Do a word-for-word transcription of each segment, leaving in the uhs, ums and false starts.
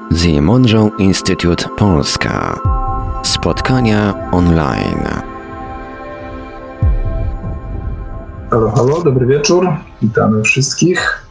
The Monroe Institute Polska. Spotkania online. Halo, halo, dobry wieczór. Witamy wszystkich.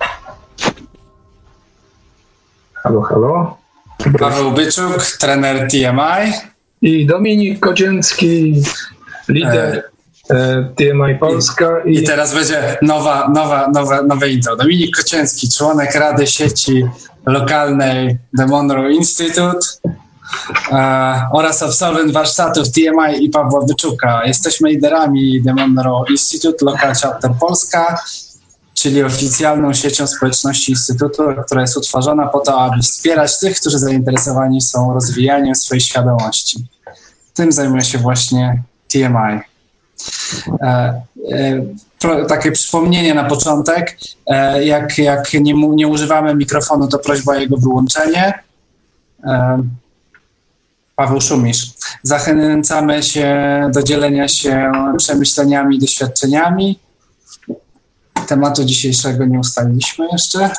Halo, halo. Dobry. Paweł Byczuk, trener T M I. I Dominik Kocięcki, lider e... T M I Polska. I, I teraz będzie nowa, nowa, nowa, nowe intro. Dominik Kocięcki, członek Rady Sieci Lokalnej The Monroe Institute e, oraz absolwent warsztatów T M I i Pawła Byczuka. Jesteśmy liderami The Monroe Institute Local Chapter Polska, czyli oficjalną siecią społeczności Instytutu, która jest utworzona po to, aby wspierać tych, którzy zainteresowani są rozwijaniem swojej świadomości. Tym zajmuje się właśnie T M I. E, e, pro, takie przypomnienie na początek. E, jak jak nie, nie używamy mikrofonu, to prośba o jego wyłączenie. E, Paweł, szumisz. Zachęcamy się do dzielenia się przemyśleniami i doświadczeniami. Tematu dzisiejszego nie ustaliliśmy jeszcze.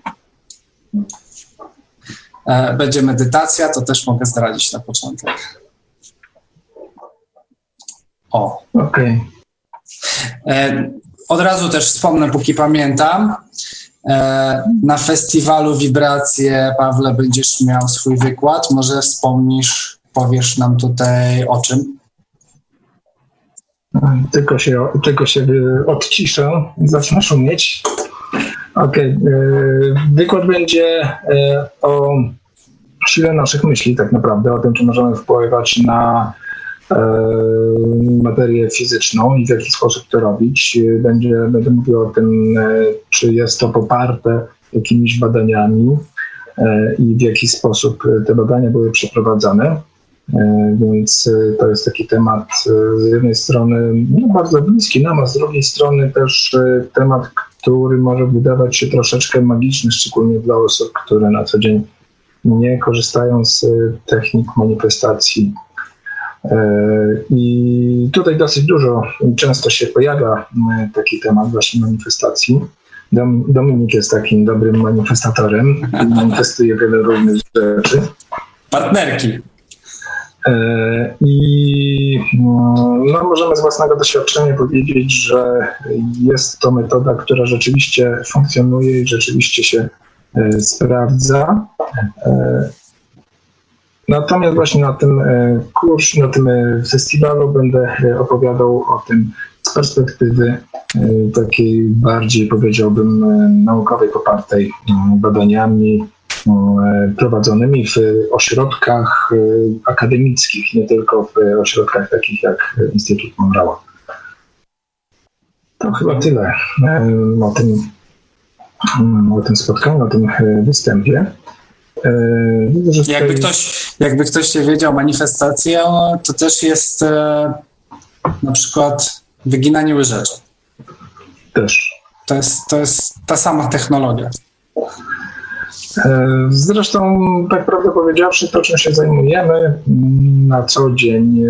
E, będzie medytacja, to też mogę zdradzić na początek. O. Okej. Okay. Od razu też wspomnę, póki pamiętam, e, na festiwalu Wibracje, Pawle, będziesz miał swój wykład. Może wspomnisz, powiesz nam tutaj o czym? Tylko się, tylko się odciszę i zacznę szumieć. Okej. Okay. Wykład będzie o sile naszych myśli tak naprawdę, o tym, czy możemy wpływać na materię fizyczną i w jaki sposób to robić. Będzie, będę mówił o tym, czy jest to poparte jakimiś badaniami i w jaki sposób te badania były przeprowadzane. Więc to jest taki temat z jednej strony no, bardzo bliski nam, a z drugiej strony też temat, który może wydawać się troszeczkę magiczny, szczególnie dla osób, które na co dzień nie korzystają z technik manifestacji. I tutaj dosyć dużo, często się pojawia taki temat właśnie manifestacji. Dominik jest takim dobrym manifestatorem i manifestuje wiele różnych rzeczy. Partnerki. I no, możemy z własnego doświadczenia powiedzieć, że jest to metoda, która rzeczywiście funkcjonuje i rzeczywiście się sprawdza. Natomiast właśnie na tym kursie, na tym festiwalu będę opowiadał o tym z perspektywy takiej bardziej, powiedziałbym, naukowej, popartej badaniami prowadzonymi w ośrodkach akademickich, nie tylko w ośrodkach takich jak Instytut Monroe. To chyba tyle o tym, o tym spotkaniu, o tym występie. Widzę, jakby, tutaj... ktoś, jakby ktoś nie wiedział, manifestacja to też jest e, na przykład wyginanie łyżeczek. Też. To jest, to jest ta sama technologia. Zresztą, tak prawdę powiedziawszy, to, czym się zajmujemy na co dzień,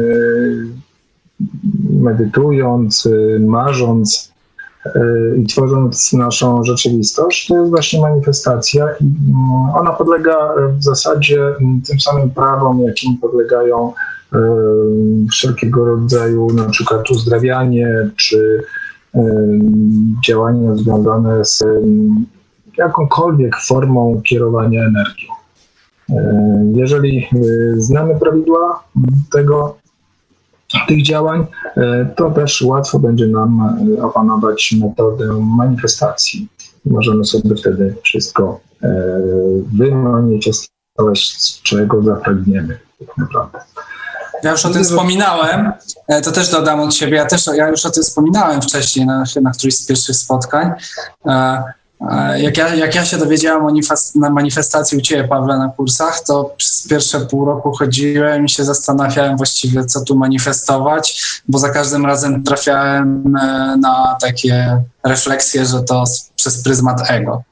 medytując, marząc i tworząc naszą rzeczywistość, to jest właśnie manifestacja i ona podlega w zasadzie tym samym prawom, jakim podlegają wszelkiego rodzaju, na przykład uzdrawianie czy działania związane z jakąkolwiek formą kierowania energią. Jeżeli znamy prawidła tego, tych działań, to też łatwo będzie nam opanować metodę manifestacji. Możemy sobie wtedy wszystko wymanifestować, z czego zapragniemy tak naprawdę. Ja już o tym wspominałem, to też dodam od siebie, ja też ja już o tym wspominałem wcześniej na, na którymś z pierwszych spotkań. Jak ja, jak ja się dowiedziałam o manifest, na manifestacji u Ciebie, Pawle, na kursach, to przez pierwsze pół roku chodziłem i się zastanawiałem właściwie, co tu manifestować, bo za każdym razem trafiałem na takie refleksje, że to przez pryzmat ego.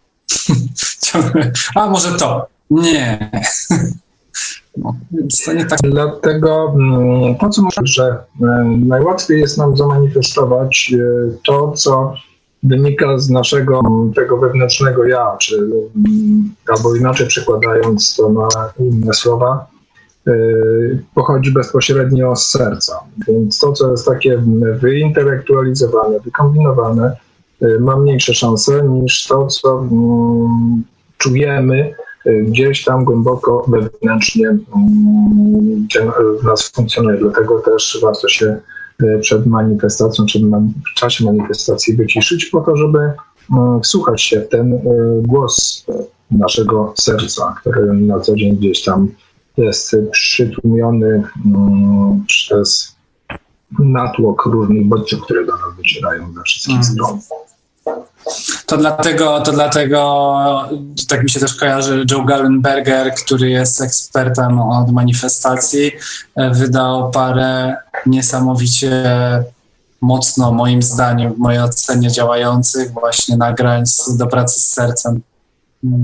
A może to? Nie. No, więc to nie tak. Dlatego po co mówię, że najłatwiej jest nam zamanifestować to, co wynika z naszego tego wewnętrznego ja, czy albo inaczej przekładając to na inne słowa, pochodzi bezpośrednio z serca. Więc to, co jest takie wyintelektualizowane, wykombinowane, ma mniejsze szanse niż to, co czujemy gdzieś tam głęboko wewnętrznie, gdzie w nas funkcjonuje. Dlatego też warto się przed manifestacją, czy w czasie manifestacji wyciszyć po to, żeby wsłuchać się w ten głos naszego serca, który na co dzień gdzieś tam jest przytłumiony przez natłok różnych bodźców, które do nas docierają ze wszystkich mm. stron. To dlatego, to dlatego, tak mi się też kojarzy, Joe Gallenberger, który jest ekspertem od manifestacji, wydał parę niesamowicie mocno, moim zdaniem, w mojej ocenie działających właśnie nagrań do pracy z sercem. Hmm.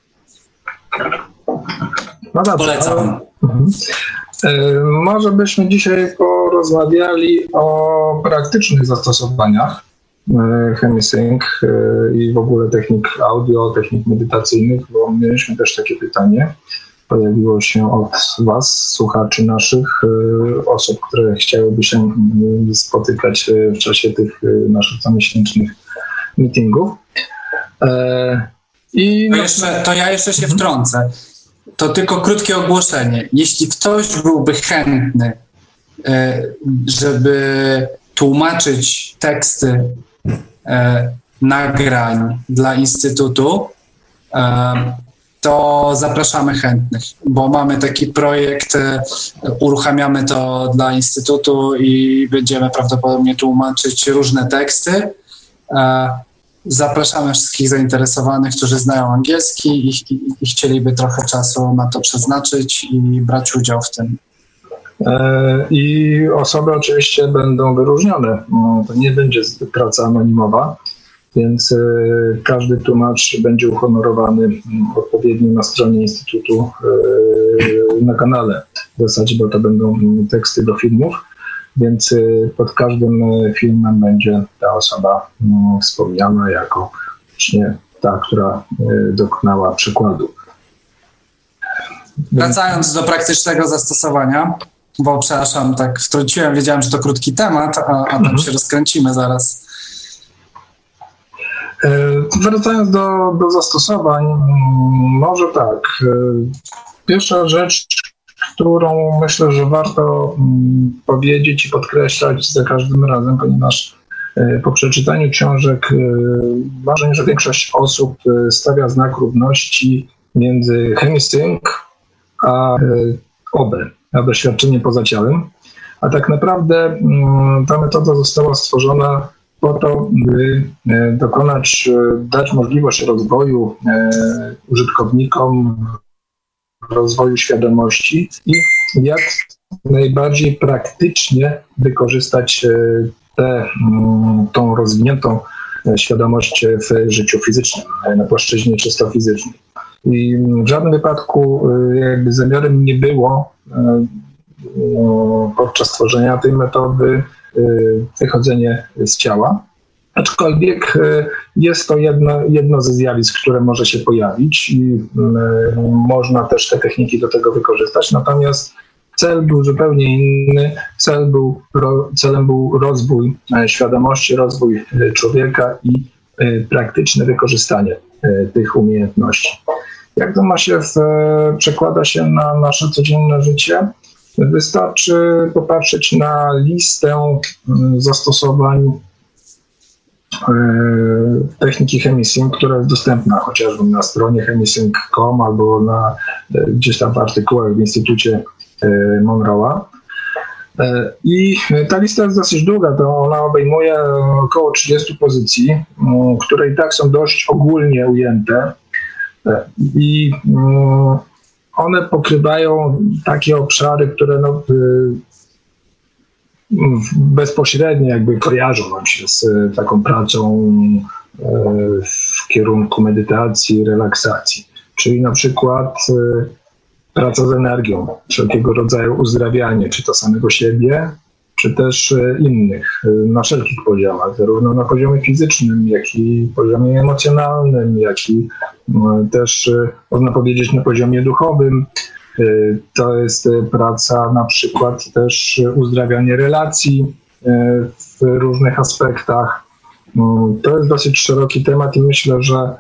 No dobrze, Polecam. Ale, mhm. e, może byśmy dzisiaj porozmawiali o praktycznych zastosowaniach Chemisync i w ogóle technik audio, technik medytacyjnych, bo mieliśmy też takie pytanie. Pojawiło się od Was, słuchaczy naszych, osób, które chciałyby się spotykać w czasie tych naszych comiesięcznych meetingów. I to, jeszcze, to ja jeszcze się wtrącę. To tylko krótkie ogłoszenie. Jeśli ktoś byłby chętny, żeby tłumaczyć teksty E, nagrań dla Instytutu, e, to zapraszamy chętnych, bo mamy taki projekt, e, uruchamiamy to dla Instytutu i będziemy prawdopodobnie tłumaczyć różne teksty. E, zapraszamy wszystkich zainteresowanych, którzy znają angielski i, i, i chcieliby trochę czasu na to przeznaczyć i brać udział w tym. I osoby oczywiście będą wyróżnione. To nie będzie praca anonimowa, więc każdy tłumacz będzie uhonorowany odpowiednio na stronie Instytutu, na kanale w zasadzie, bo to będą teksty do filmów, więc pod każdym filmem będzie ta osoba wspomniana jako właśnie ta, która dokonała przykładu. Wracając do praktycznego zastosowania, bo przepraszam, tak wtrąciłem, wiedziałem, że to krótki temat, a, a tam mhm. się rozkręcimy zaraz. Wracając do, do zastosowań, może tak. Pierwsza rzecz, którą myślę, że warto powiedzieć i podkreślać za każdym razem, ponieważ po przeczytaniu książek mam wrażenie, że większość osób stawia znak równości między Chemisync a O B, a doświadczenie poza ciałem. A tak naprawdę ta metoda została stworzona po to, by dokonać, dać możliwość rozwoju użytkownikom, rozwoju świadomości i jak najbardziej praktycznie wykorzystać tę, tą rozwiniętą świadomość w życiu fizycznym, na płaszczyźnie czysto fizycznej. I w żadnym wypadku jakby zamiarem nie było podczas tworzenia tej metody wychodzenie z ciała, aczkolwiek jest to jedno, jedno ze zjawisk, które może się pojawić i można też te techniki do tego wykorzystać, natomiast cel był zupełnie inny. Cel był, celem był rozwój świadomości, rozwój człowieka i praktyczne wykorzystanie tych umiejętności. Jak to ma się w, przekłada się na nasze codzienne życie? Wystarczy popatrzeć na listę zastosowań techniki Chemisync, która jest dostępna chociażby na stronie chemisync kropka com albo na, gdzieś tam w artykułach w Instytucie Monroe'a. I ta lista jest dosyć długa, to ona obejmuje około trzydziestu pozycji, które i tak są dość ogólnie ujęte i one pokrywają takie obszary, które no, bezpośrednio jakby kojarzą nam się z taką pracą w kierunku medytacji, relaksacji, czyli na przykład praca z energią, wszelkiego rodzaju uzdrawianie, czy to samego siebie, czy też innych, na wszelkich poziomach, zarówno na poziomie fizycznym, jak i poziomie emocjonalnym, jak i też, można powiedzieć, na poziomie duchowym. To jest praca na przykład też uzdrawianie relacji w różnych aspektach. To jest dosyć szeroki temat i myślę, że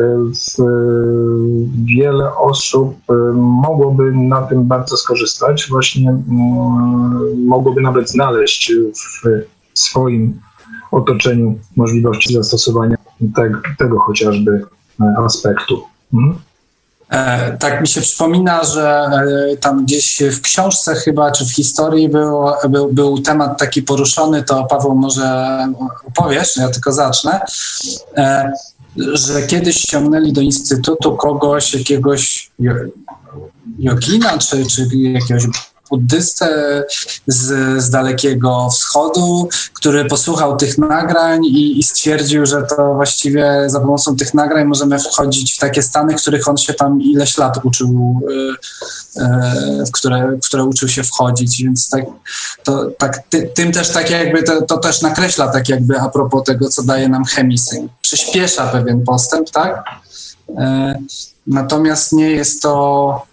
wiele osób mogłoby na tym bardzo skorzystać. Właśnie mogłoby nawet znaleźć w swoim otoczeniu możliwości zastosowania tego, tego chociażby aspektu. Hmm? E, tak mi się przypomina, że e, tam gdzieś w książce chyba, czy w historii był, był, był temat taki poruszony, to Paweł może opowiesz, ja tylko zacznę, e, że kiedyś ściągnęli do instytutu kogoś, jakiegoś jogina, czy, czy jakiegoś buddystę z, z Dalekiego Wschodu, który posłuchał tych nagrań i, i stwierdził, że to właściwie za pomocą tych nagrań możemy wchodzić w takie stany, w których on się tam ileś lat uczył, y, y, w, które, w które uczył się wchodzić, więc tak, to, tak ty, tym też tak jakby to, to też nakreśla tak jakby a propos tego, co daje nam chemisync. Przyspiesza pewien postęp, tak? Y, natomiast nie jest to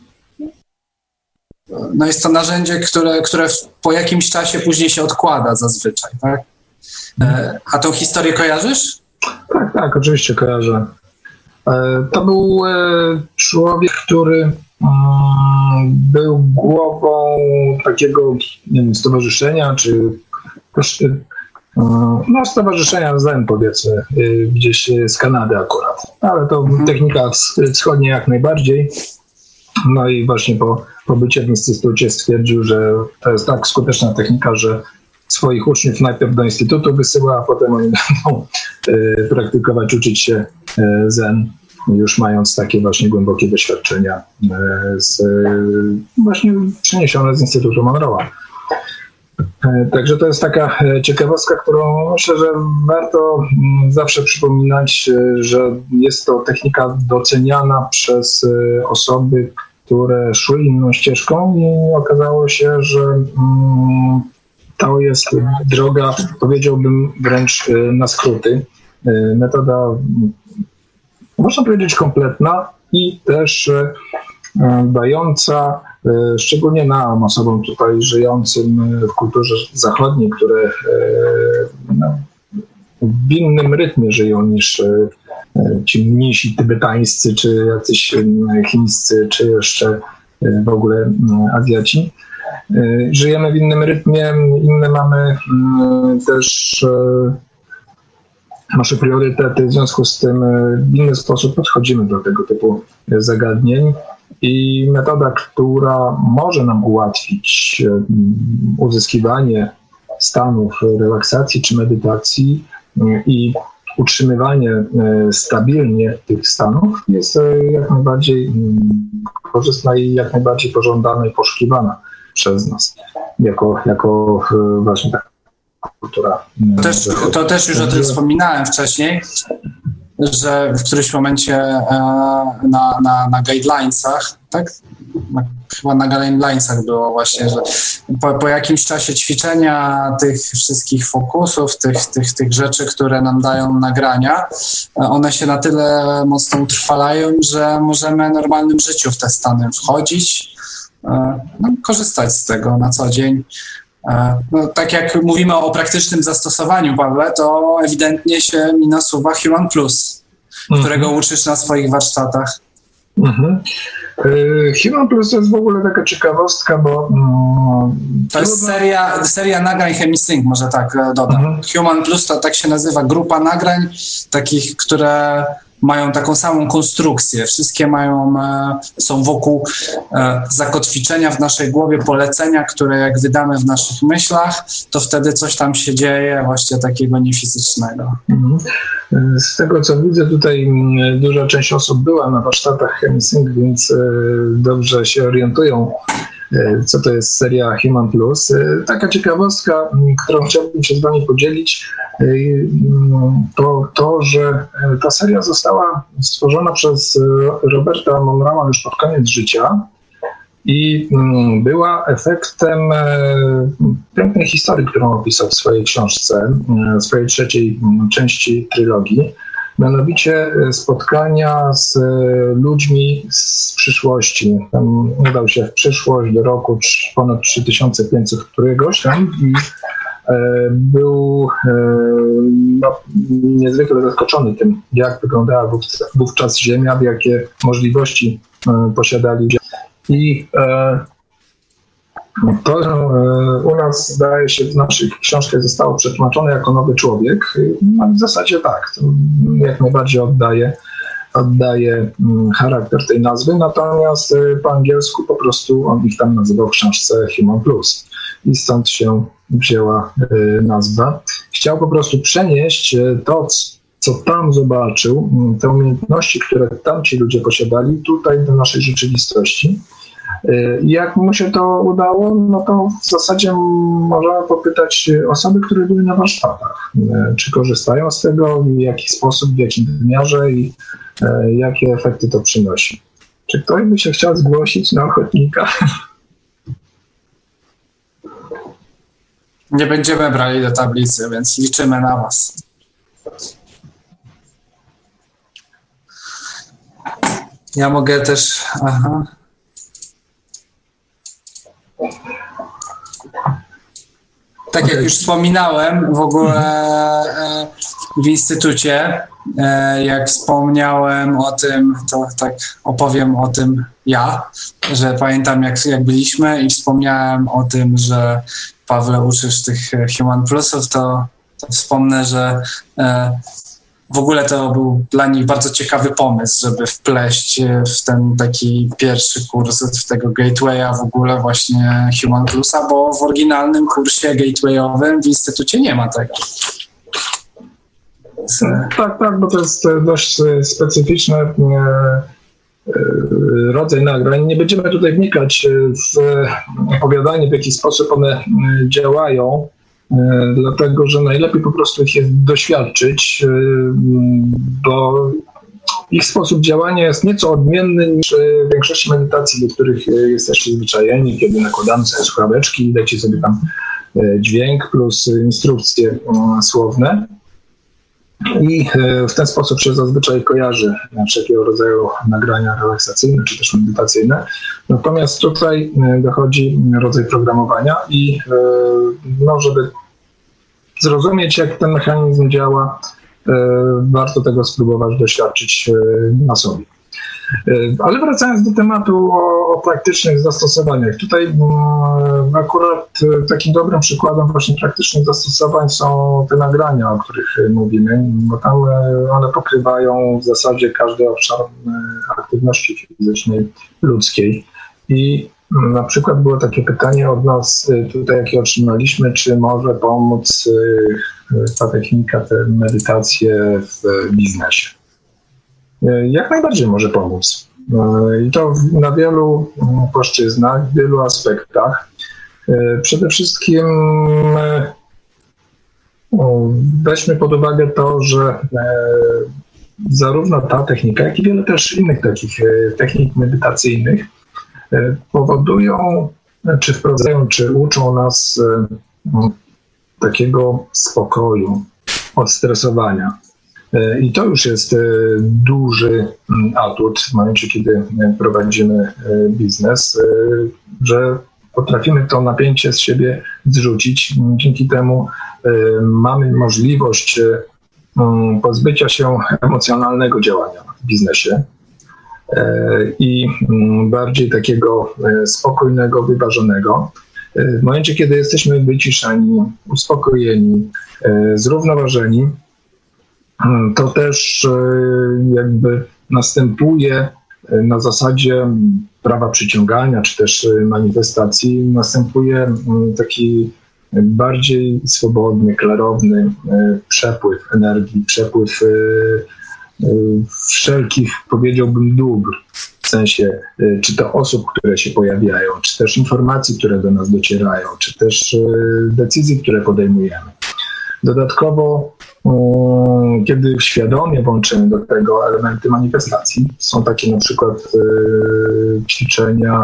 No jest to narzędzie, które, które po jakimś czasie później się odkłada zazwyczaj, tak? E, a tą historię kojarzysz? Tak, tak, oczywiście kojarzę. E, to był e, człowiek, który e, był głową takiego, nie wiem, stowarzyszenia, czy też, e, no stowarzyszenia Zen, powiedzmy, e, gdzieś z Kanady akurat. Ale to mhm. technika wschodnia jak najbardziej. No i właśnie po pobycie w instytucie stwierdził, że to jest tak skuteczna technika, że swoich uczniów najpierw do instytutu wysyła, a potem oni będą y, praktykować, uczyć się y, Zen, już mając takie właśnie głębokie doświadczenia y, z, y, właśnie przeniesione z Instytutu Monroe'a. Y, także to jest taka y, ciekawostka, którą myślę, że warto y, zawsze przypominać, y, że jest to technika doceniana przez y, osoby, które szły inną ścieżką i okazało się, że mm, to jest droga, powiedziałbym wręcz na skróty. Metoda, można powiedzieć, kompletna i też dająca, szczególnie nam, osobom tutaj żyjącym w kulturze zachodniej, które no, w innym rytmie żyją niż ci mniejsi tybetańscy, czy jacyś chińscy, czy jeszcze w ogóle Azjaci. Żyjemy w innym rytmie, inne mamy też nasze priorytety, w związku z tym w inny sposób podchodzimy do tego typu zagadnień i metoda, która może nam ułatwić uzyskiwanie stanów relaksacji czy medytacji i utrzymywanie stabilnie tych stanów jest jak najbardziej korzystna i jak najbardziej pożądana i poszukiwana przez nas, jako, jako właśnie taka kultura. To też, to też już o tym wspominałem wcześniej, że w którymś momencie na, na, na guidelinesach, tak? Na, chyba na guidelinesach było właśnie, że po, po jakimś czasie ćwiczenia tych wszystkich fokusów, tych, tych, tych rzeczy, które nam dają nagrania, one się na tyle mocno utrwalają, że możemy w normalnym życiu w te stany wchodzić, no, korzystać z tego na co dzień. No, tak jak mówimy o praktycznym zastosowaniu, Pawle, to ewidentnie się mi nasuwa Human Plus, mm-hmm. którego uczysz na swoich warsztatach. Mm-hmm. Human Plus to jest w ogóle taka ciekawostka, bo... Mm, to jest seria, seria nagrań chemisync, może tak dodam. Mm-hmm. Human Plus to tak się nazywa grupa nagrań, takich, które mają taką samą konstrukcję. Wszystkie mają, są wokół zakotwiczenia w naszej głowie, polecenia, które jak wydamy w naszych myślach, to wtedy coś tam się dzieje właśnie takiego niefizycznego. Z tego, co widzę, tutaj duża część osób była na warsztatach chemisync, więc dobrze się orientują, co to jest seria Human Plus. Taka ciekawostka, którą chciałbym się z wami podzielić, to to, że ta seria została stworzona przez Roberta Monroe'a już pod koniec życia i była efektem pięknej historii, którą opisał w swojej książce, w swojej trzeciej części trylogii, mianowicie spotkania z ludźmi z przyszłości. Tam udał się w przyszłość do roku ponad trzy tysiące pięćset któregoś tam i był no, niezwykle zaskoczony tym, jak wyglądała wówczas Ziemia, jakie możliwości posiadali. I e, to e, u nas, zdaje się, w naszych książkach zostało przetłumaczone jako Nowy Człowiek. No, w zasadzie tak, to jak najbardziej oddaje, oddaje m, charakter tej nazwy, natomiast e, po angielsku po prostu on ich tam nazywał w książce Human Plus i stąd się wzięła e, nazwa. Chciał po prostu przenieść to, co tam zobaczył, te umiejętności, które tam ci ludzie posiadali, tutaj do naszej rzeczywistości. I jak mu się to udało, no to w zasadzie można popytać osoby, które były na warsztatach, czy korzystają z tego, w jaki sposób, w jakim wymiarze i jakie efekty to przynosi. Czy ktoś by się chciał zgłosić na ochotnika? Nie będziemy brali do tablicy, więc liczymy na was. Ja mogę też... Aha. Tak jak już wspominałem, w ogóle w instytucie, jak wspomniałem o tym, to tak opowiem o tym ja, że pamiętam jak, jak byliśmy i wspomniałem o tym, że Pawle, uczysz tych Human Plusów, to, to wspomnę, że w ogóle to był dla nich bardzo ciekawy pomysł, żeby wpleść w ten taki pierwszy kurs w tego gatewaya w ogóle właśnie Human Plusa, bo w oryginalnym kursie gatewayowym w instytucie nie ma tego. Tak, tak, bo to jest dość specyficzny rodzaj nagrań. Nie będziemy tutaj wnikać w opowiadanie, w jaki sposób one działają, dlatego że najlepiej po prostu ich jest doświadczyć, bo ich sposób działania jest nieco odmienny niż w większości medytacji, do których jesteście przyzwyczajeni, kiedy nakładamy sobie słuchaweczki i leci sobie tam dźwięk plus instrukcje słowne. I w ten sposób się zazwyczaj kojarzy wszelkiego rodzaju nagrania relaksacyjne czy też medytacyjne. Natomiast tutaj dochodzi rodzaj programowania i no, żeby zrozumieć, jak ten mechanizm działa, warto tego spróbować doświadczyć na sobie. Ale wracając do tematu o, o praktycznych zastosowaniach. Tutaj um, akurat takim dobrym przykładem właśnie praktycznych zastosowań są te nagrania, o których mówimy, bo tam one pokrywają w zasadzie każdy obszar aktywności fizycznej ludzkiej. I na przykład było takie pytanie od nas tutaj, jakie otrzymaliśmy, czy może pomóc ta technika, te medytacje w biznesie. Jak najbardziej może pomóc. I to na wielu płaszczyznach, w wielu aspektach. Przede wszystkim weźmy pod uwagę to, że zarówno ta technika, jak i wiele też innych takich technik medytacyjnych powodują, czy wprowadzają, czy uczą nas takiego spokoju, odstresowania. I to już jest duży atut w momencie, kiedy prowadzimy biznes, że potrafimy to napięcie z siebie zrzucić. Dzięki temu mamy możliwość pozbycia się emocjonalnego działania w biznesie i bardziej takiego spokojnego, wyważonego. W momencie, kiedy jesteśmy wyciszeni, uspokojeni, zrównoważeni, to też jakby następuje na zasadzie prawa przyciągania, czy też manifestacji, następuje taki bardziej swobodny, klarowny przepływ energii, przepływ wszelkich, powiedziałbym, dóbr, w sensie czy to osób, które się pojawiają, czy też informacji, które do nas docierają, czy też decyzji, które podejmujemy. Dodatkowo, kiedy świadomie włączymy do tego elementy manifestacji, są takie na przykład ćwiczenia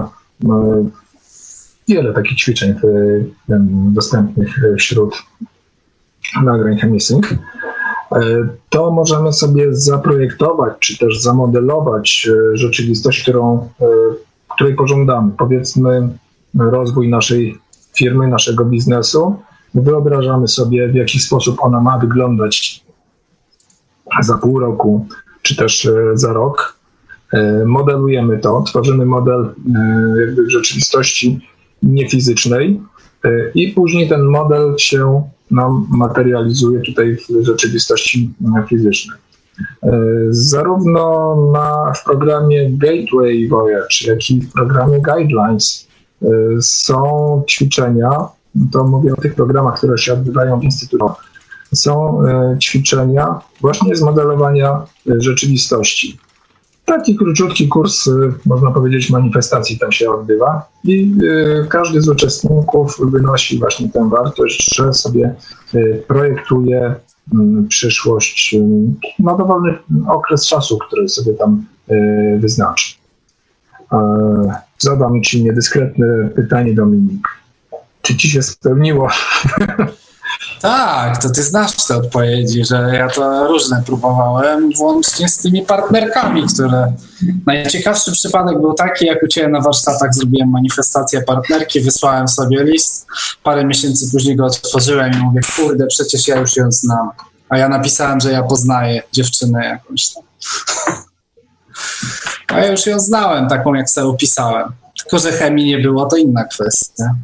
wiele takich ćwiczeń dostępnych wśród nagrań ChemiSync, to możemy sobie zaprojektować, czy też zamodelować rzeczywistość, którą, której pożądamy. Powiedzmy rozwój naszej firmy, naszego biznesu. Wyobrażamy sobie, w jaki sposób ona ma wyglądać za pół roku, czy też za rok. Modelujemy to, tworzymy model jakby rzeczywistości niefizycznej i później ten model się nam materializuje tutaj w rzeczywistości fizycznej. Zarówno na, w programie Gateway Voyage, jak i w programie Guidelines są ćwiczenia, to mówię o tych programach, które się odbywają w instytucie, są ćwiczenia właśnie z modelowania rzeczywistości. Taki króciutki kurs, można powiedzieć, manifestacji tam się odbywa i każdy z uczestników wynosi właśnie tę wartość, że sobie projektuje przyszłość na dowolny okres czasu, który sobie tam wyznaczy. Zadam Ci niedyskretne pytanie, Dominik. Czy Ci się spełniło? Tak, to ty znasz te odpowiedzi, że ja to różne próbowałem, włącznie z tymi partnerkami, które... Najciekawszy przypadek był taki, jak u Ciebie na warsztatach zrobiłem manifestację partnerki, wysłałem sobie list, parę miesięcy później go otworzyłem i mówię, kurde, przecież ja już ją znam. A ja napisałem, że ja poznaję dziewczynę jakąś tam. A ja już ją znałem, taką jak sobie opisałem. Tylko że chemii nie było, to inna kwestia.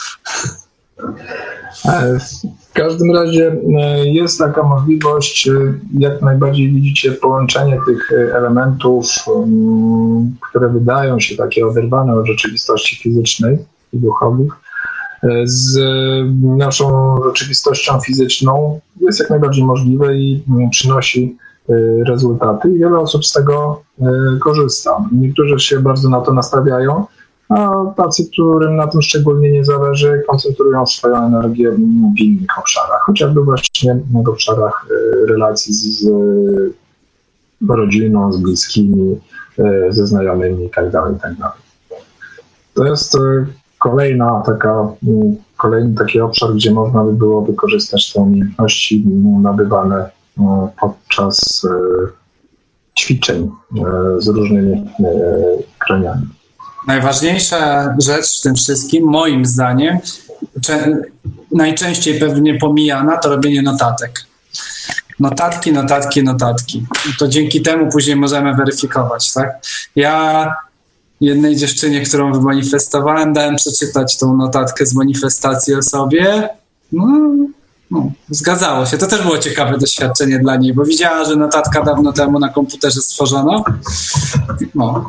W każdym razie jest taka możliwość, jak najbardziej widzicie, połączenie tych elementów, które wydają się takie oderwane od rzeczywistości fizycznej i duchowych, z naszą rzeczywistością fizyczną jest jak najbardziej możliwe i przynosi rezultaty i wiele osób z tego korzysta. Niektórzy się bardzo na to nastawiają, a tacy, którym na tym szczególnie nie zależy, koncentrują swoją energię w innych obszarach, chociażby właśnie w obszarach relacji z rodziną, z bliskimi, ze znajomymi itd. itd. To jest kolejna taka, kolejny taki obszar, gdzie można by było wykorzystać te umiejętności nabywane podczas ćwiczeń z różnymi kraniami. Najważniejsza rzecz w tym wszystkim, moim zdaniem, cze- najczęściej pewnie pomijana, to robienie notatek. Notatki, notatki, notatki. To dzięki temu później możemy weryfikować, tak? Ja jednej dziewczynie, którą wymanifestowałem, dałem przeczytać tą notatkę z manifestacji o sobie. No, no, zgadzało się. To też było ciekawe doświadczenie dla niej, bo widziała, że notatka dawno temu na komputerze stworzono. No.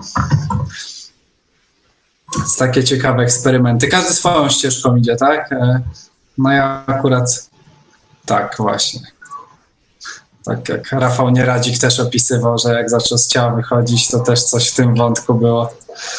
Jest takie ciekawe eksperymenty. Każdy swoją ścieżką idzie, tak? No ja akurat tak właśnie. Tak jak Rafał Nieradzik też opisywał, że jak zaczął z ciała wychodzić, to też coś w tym wątku było.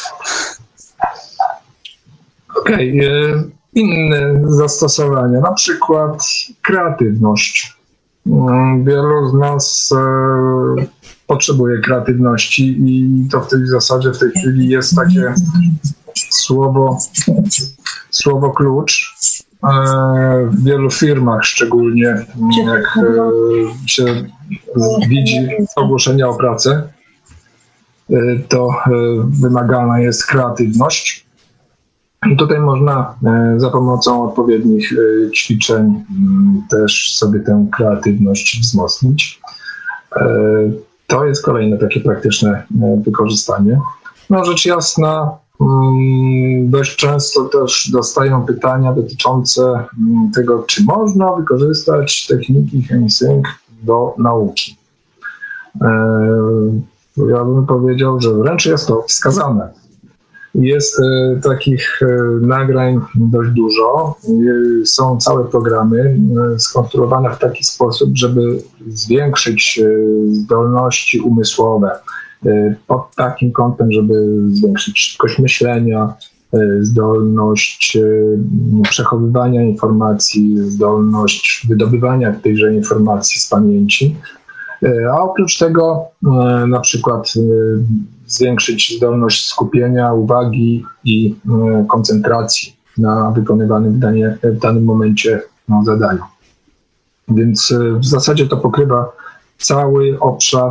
Okej, okay. Inne zastosowania, na przykład kreatywność. Wielu z nas e, potrzebuje kreatywności i to w tej zasadzie w tej chwili jest takie słowo, słowo klucz. E, w wielu firmach, szczególnie jak e, się widzi ogłoszenia o pracę, e, to e, wymagana jest kreatywność. Tutaj można za pomocą odpowiednich ćwiczeń też sobie tę kreatywność wzmocnić. To jest kolejne takie praktyczne wykorzystanie. No rzecz jasna, dość często też dostają pytania dotyczące tego, czy można wykorzystać techniki ChemiSync do nauki. Ja bym powiedział, że wręcz jest to wskazane. Jest e, takich e, nagrań dość dużo. E, są całe programy e, skonstruowane w taki sposób, żeby zwiększyć e, zdolności umysłowe e, pod takim kątem, żeby zwiększyć szybkość myślenia, e, zdolność e, przechowywania informacji, zdolność wydobywania tejże informacji z pamięci. A oprócz tego na przykład zwiększyć zdolność skupienia, uwagi i koncentracji na wykonywanym w, danie, w danym momencie no, zadaniu. Więc w zasadzie to pokrywa cały obszar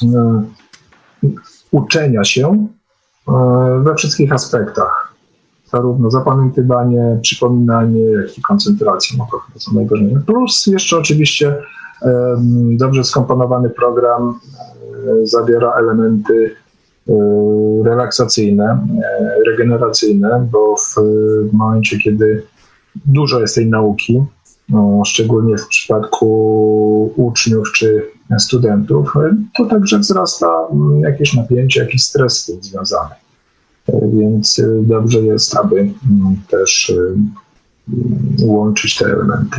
uczenia się we wszystkich aspektach. Zarówno zapamiętywanie, przypominanie, jak i koncentracja. No to chyba są najważniejsze. Plus jeszcze oczywiście um, dobrze skomponowany program um, zawiera elementy um, relaksacyjne, um, regeneracyjne, bo w, w momencie, kiedy dużo jest tej nauki, no, szczególnie w przypadku uczniów czy studentów, to także wzrasta jakieś napięcie, jakiś stres z tym związany. Więc dobrze jest, aby też łączyć te elementy.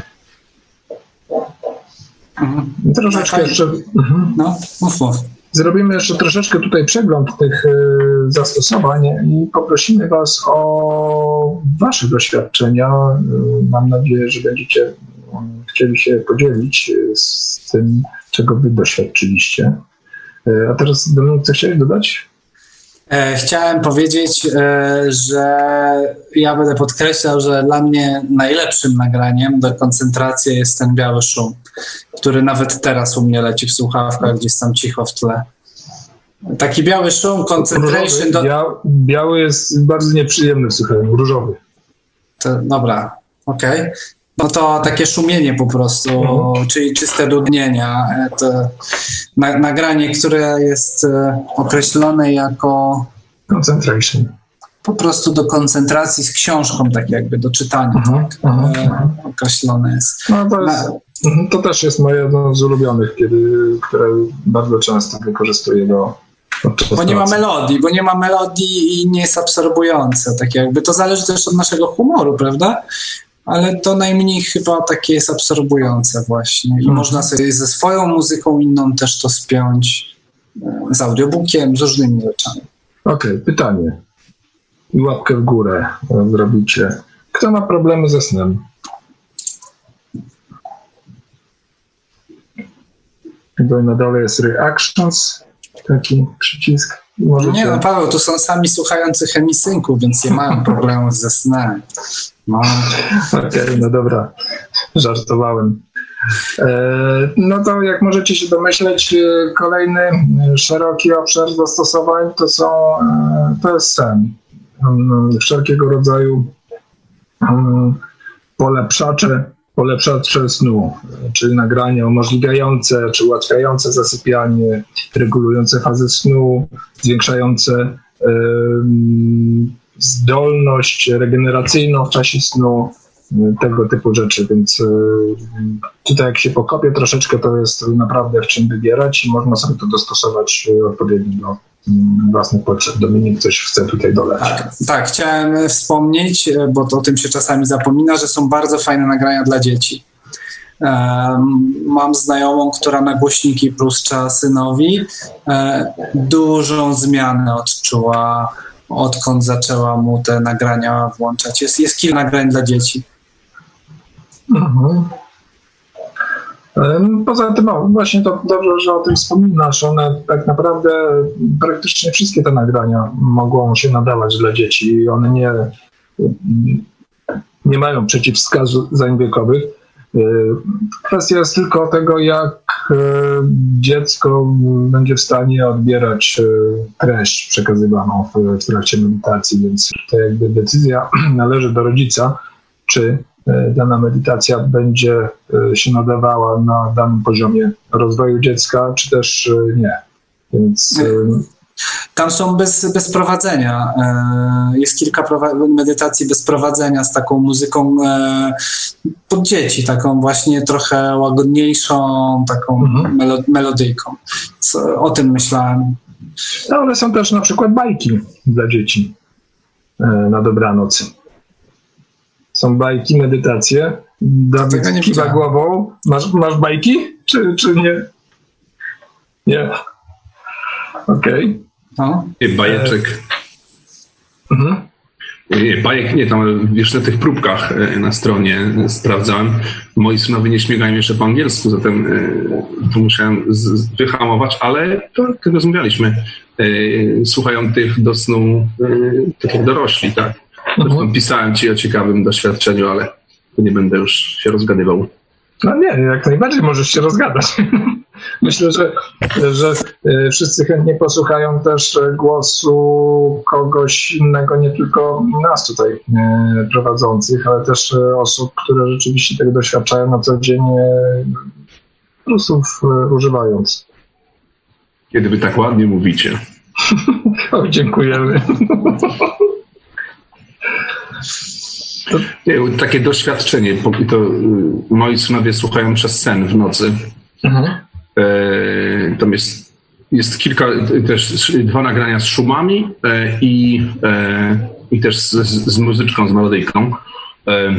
Mhm. Troszeczkę jeszcze... No, mów, mów. Zrobimy jeszcze troszeczkę tutaj przegląd tych zastosowań i poprosimy Was o Wasze doświadczenia. Mam nadzieję, że będziecie chcieli się podzielić z tym, czego Wy doświadczyliście. A teraz, Dominik, co chciałeś dodać? Chciałem powiedzieć, że ja będę podkreślał, że dla mnie najlepszym nagraniem do koncentracji jest ten biały szum, który nawet teraz u mnie leci w słuchawkach, gdzieś tam cicho w tle. Taki biały szum, concentration... Do... Bia, biały jest bardzo nieprzyjemny w słuchaniu, różowy. To, dobra, okej. Okay. No to takie szumienie po prostu, mhm. czyli czyste dudnienia. To na, nagranie, które jest określone jako... Concentration. Po prostu do koncentracji z książką, tak jakby do czytania. Mhm. Tak, mhm. określone jest. No to, jest na... to też jest moje jedno z ulubionych, kiedy, które bardzo często wykorzystuję do... Bo nie ma melodii, bo nie ma melodii i nie jest absorbujące. Tak jakby to zależy też od naszego humoru, prawda? Ale to najmniej chyba takie jest absorbujące właśnie. I hmm. można sobie ze swoją muzyką inną też to spiąć, z audiobookiem, z różnymi rzeczami. Okej, okay, pytanie. I łapkę w górę zrobicie. Kto ma problemy ze snem? Tutaj na dole jest reactions, taki przycisk. Możecie... Nie no, Paweł, to są sami słuchający Chemisynku, więc nie mają problemu ze snem. No. Okej, okay, no dobra, żartowałem. E, no to jak możecie się domyśleć, kolejny szeroki obszar zastosowań to są, to jest sen. Wszelkiego rodzaju um, polepszacze, polepszacze snu, czyli nagrania umożliwiające czy ułatwiające zasypianie, regulujące fazy snu, zwiększające um, zdolność regeneracyjną w czasie snu, tego typu rzeczy, więc tutaj jak się pokopię troszeczkę, to jest naprawdę w czym wybierać i można sobie to dostosować odpowiednio do własnych potrzeb. Dominik coś chce tutaj dodać. Tak, tak, chciałem wspomnieć, bo to o tym się czasami zapomina, że są bardzo fajne nagrania dla dzieci. Um, mam znajomą, która na głośniki puszcza synowi e, dużą zmianę odczuła, odkąd zaczęła mu te nagrania włączać. Jest, jest kilka nagrań dla dzieci. Mhm. Poza tym, no, właśnie to dobrze, że o tym wspominasz. One tak naprawdę, praktycznie wszystkie te nagrania mogą się nadawać dla dzieci i one nie, nie mają przeciwwskazań wiekowych. Kwestia jest tylko tego, jak dziecko będzie w stanie odbierać treść przekazywaną w, w trakcie medytacji, więc to jakby decyzja należy do rodzica, czy dana medytacja będzie się nadawała na danym poziomie rozwoju dziecka, czy też nie. Więc... Tam są bez, bez prowadzenia. Jest kilka medytacji bez prowadzenia z taką muzyką pod dzieci, taką właśnie trochę łagodniejszą, taką mhm. melo- melodyjką. Co, o tym myślałem. No, ale są też na przykład bajki dla dzieci na dobranoc. Są bajki, medytacje. Dawid kiwa głową. Masz, masz bajki? Czy, czy nie? Nie. Okej. Okay. No. I bajeczek. Mhm. Nie, bajek nie, tam wiesz, na tych próbkach na stronie sprawdzałem. Moi synowie nie śmiegają jeszcze po angielsku, zatem tu musiałem z, wyhamować, ale to, to rozmawialiśmy. Słuchają tych do snu tak jak dorośli, tak? Mhm. Pisałem ci o ciekawym doświadczeniu, ale tu nie będę już się rozgadywał. No nie, jak najbardziej możesz się rozgadać. Myślę, że, że wszyscy chętnie posłuchają też głosu kogoś innego, nie tylko nas tutaj prowadzących, ale też osób, które rzeczywiście tego doświadczają na co dzień, plusów używając. Kiedy wy tak ładnie mówicie. O, dziękujemy. To... Nie, takie doświadczenie, to moi synowie słuchają przez sen w nocy. Mhm. E, tam jest, jest kilka, też dwa nagrania z szumami e, i, e, i też z, z muzyczką, z melodyjką. E,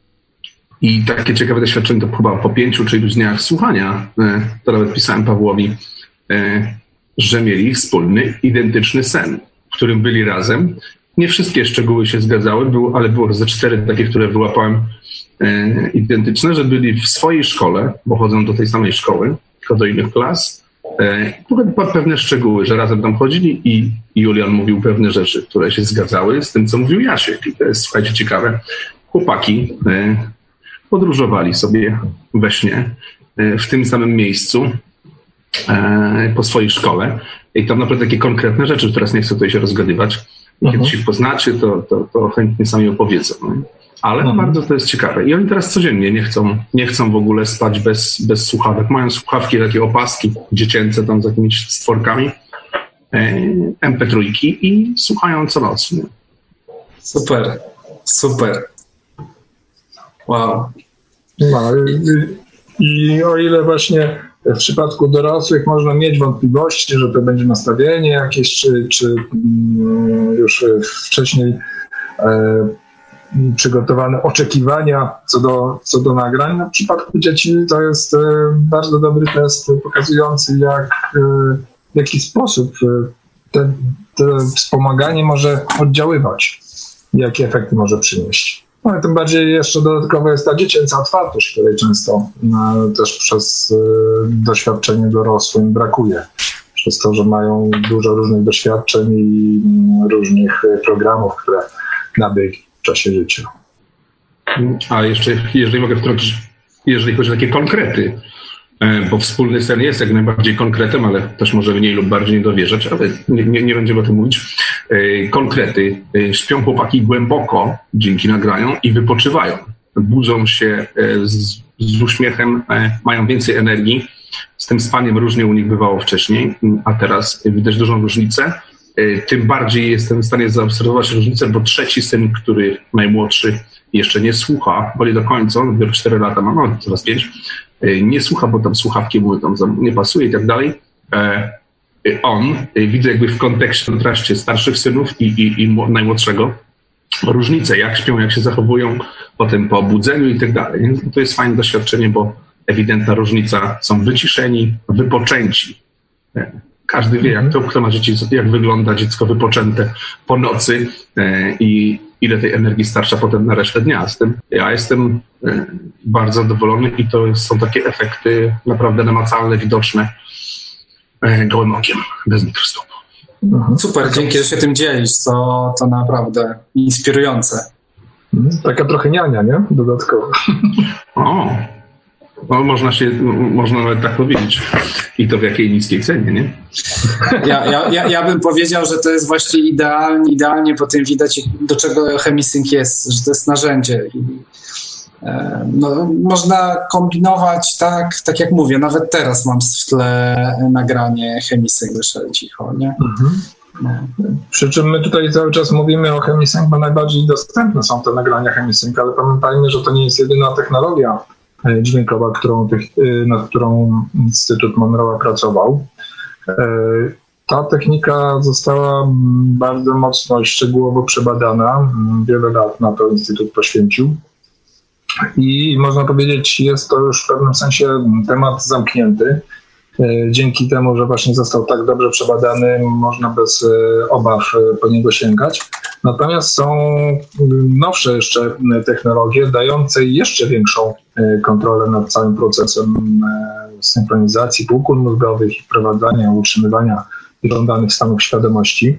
I takie ciekawe doświadczenie to chyba po pięciu czy iluś dniach słuchania, e, to nawet pisałem Pawłowi, e, że mieli wspólny, identyczny sen, w którym byli razem. Nie wszystkie szczegóły się zgadzały, było, ale było ze cztery takie, które wyłapałem e, identyczne, że byli w swojej szkole, bo chodzą do tej samej szkoły, tylko do innych klas. E, pewne szczegóły, że razem tam chodzili i, i Julian mówił pewne rzeczy, które się zgadzały z tym, co mówił Jasiek. I to jest, słuchajcie, ciekawe. Chłopaki e, podróżowali sobie we śnie e, w tym samym miejscu e, po swojej szkole. I tam naprawdę takie konkretne rzeczy, teraz nie chcę tutaj się rozgadywać. Kiedy mhm. się poznacie, to, to, to chętnie sami opowiedzą. No. Ale mhm. bardzo to jest ciekawe. I oni teraz codziennie nie chcą, nie chcą w ogóle spać bez, bez słuchawek. Mają słuchawki, takie opaski dziecięce tam z jakimiś stworkami, em pe trzy i słuchają co noc. Nie? Super, super. Wow. No, i, i o ile właśnie w przypadku dorosłych można mieć wątpliwości, że to będzie nastawienie jakieś, czy, czy już wcześniej e, przygotowane oczekiwania co do, co do nagrań. No, w przypadku dzieci to jest e, bardzo dobry test pokazujący, jak, e, w jaki sposób te, te wspomaganie może oddziaływać, jakie efekty może przynieść. No i tym bardziej jeszcze dodatkowo jest ta dziecięca otwartość, której często no, też przez y, doświadczenie dorosłym brakuje. Przez to, że mają dużo różnych doświadczeń i y, różnych y, programów, które nabyli w czasie życia. A jeszcze, jeżeli mogę wtrącić, jeżeli chodzi o takie konkrety, bo wspólny sen jest jak najbardziej konkretem, ale też może mniej lub bardziej nie dowierzać, ale nie, nie, nie będziemy o tym mówić. Konkrety. Śpią chłopaki głęboko dzięki nagraniom i wypoczywają. Budzą się z, z uśmiechem, mają więcej energii. Z tym spaniem różnie u nich bywało wcześniej, a teraz widać dużą różnicę. Tym bardziej jestem w stanie zaobserwować różnicę, bo trzeci syn, który najmłodszy jeszcze nie słucha, bo nie do końca, on dopiero cztery lata ma, no coraz pięć, nie słucha, bo tam słuchawki mu tam nie pasuje i tak dalej. On, widzę jakby w kontekście, kontraście starszych synów i, i, i najmłodszego, różnice, jak śpią, jak się zachowują potem po obudzeniu i tak dalej. To jest fajne doświadczenie, bo ewidentna różnica, są wyciszeni, wypoczęci. Każdy wie, jak to, kto ma dzieci, jak wygląda dziecko wypoczęte po nocy e, i ile tej energii starcza potem na resztę dnia. Z tym ja jestem e, bardzo zadowolony i to są takie efekty naprawdę namacalne, widoczne e, gołym okiem, bez mikroskopu. Mhm. Super, dzięki, że się tym dzielisz, to, to naprawdę inspirujące. Taka trochę niania, nie? Dodatkowo. O, no, można się, można nawet tak powiedzieć. I to w jakiej niskiej cenie, nie? Ja, ja, ja, ja bym powiedział, że to jest właśnie idealnie, idealnie po tym widać, do czego Chemisync jest, że to jest narzędzie. I, e, no, można kombinować tak, tak jak mówię, nawet teraz mam w tle nagranie Chemisync, wyszedł cicho, nie? Mhm. No. Przy czym my tutaj cały czas mówimy o Chemisync, bo najbardziej dostępne są te nagrania Chemisync, ale pamiętajmy, że to nie jest jedyna technologia dźwiękowa, którą, nad którą Instytut Monroe'a pracował. Ta technika została bardzo mocno i szczegółowo przebadana. Wiele lat na to Instytut poświęcił. I można powiedzieć, jest to już w pewnym sensie temat zamknięty. dzięki temu, że właśnie został tak dobrze przebadany, można bez obaw po niego sięgać. Natomiast są nowsze jeszcze technologie, dające jeszcze większą kontrolę nad całym procesem synchronizacji półkul mózgowych i wprowadzania, utrzymywania żądanych stanów świadomości,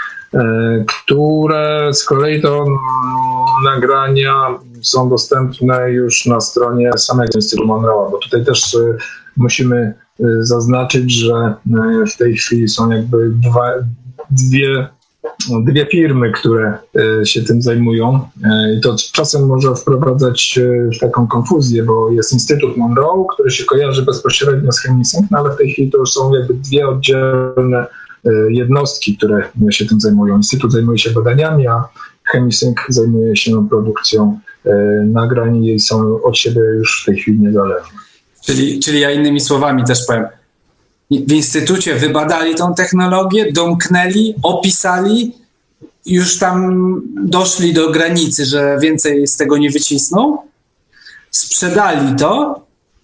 które z kolei to nagrania są dostępne już na stronie samego Instytutu Monroe, bo tutaj też musimy zaznaczyć, że w tej chwili są jakby dwa, dwie, dwie firmy, które się tym zajmują i to czasem może wprowadzać w taką konfuzję, bo jest Instytut Monroe, który się kojarzy bezpośrednio z Chemisync, no ale w tej chwili to już są jakby dwie oddzielne jednostki, które się tym zajmują. Instytut zajmuje się badaniami, a Chemisync zajmuje się produkcją nagrań i są od siebie już w tej chwili niezależne. Czyli, czyli ja innymi słowami też powiem, w instytucie wybadali tą technologię, domknęli, opisali, już tam doszli do granicy, że więcej z tego nie wycisną, sprzedali to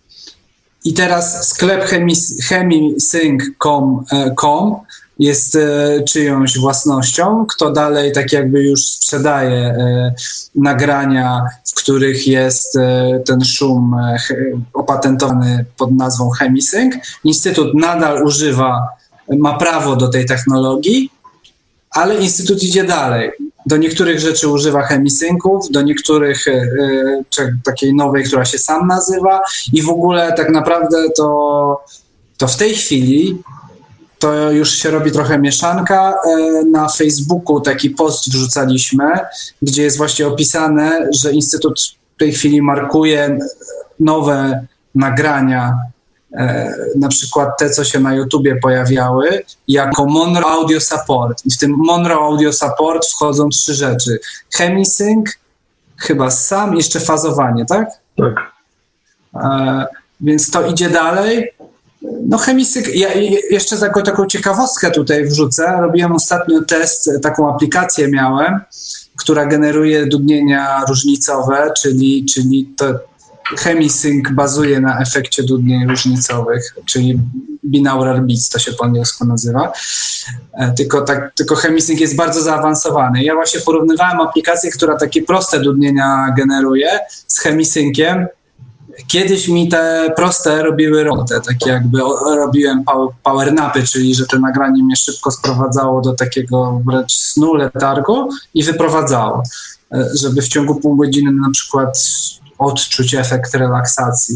i teraz sklep chemisync kropka com jest e, czyjąś własnością, kto dalej tak jakby już sprzedaje e, nagrania, w których jest e, ten szum e, opatentowany pod nazwą Chemisync. Instytut nadal używa, ma prawo do tej technologii, ale Instytut idzie dalej. Do niektórych rzeczy używa chemisynków, do niektórych e, czy takiej nowej, która się sam nazywa i w ogóle tak naprawdę to, to w tej chwili to już się robi trochę mieszanka. Na Facebooku taki post wrzucaliśmy, gdzie jest właśnie opisane, że Instytut w tej chwili markuje nowe nagrania, na przykład te, co się na YouTubie pojawiały, jako Monroe Audio Support. I w tym Monroe Audio Support wchodzą trzy rzeczy. Chemisync, chyba sam, jeszcze fazowanie, tak? Tak. E, więc to idzie dalej. No Chemisync, ja jeszcze taką, taką ciekawostkę tutaj wrzucę. Robiłem ostatnio test, taką aplikację miałem, która generuje dudnienia różnicowe, czyli, czyli to Chemisync bazuje na efekcie dudnień różnicowych, czyli binaural beats to się po angielsku nazywa. Tylko, tak, tylko Chemisync jest bardzo zaawansowany. Ja właśnie porównywałem aplikację, która takie proste dudnienia generuje z Chemisynciem. Kiedyś mi te proste robiły robotę, takie jakby robiłem power napy, czyli że to nagranie mnie szybko sprowadzało do takiego wręcz snu, letargu i wyprowadzało, żeby w ciągu pół godziny na przykład odczuć efekt relaksacji.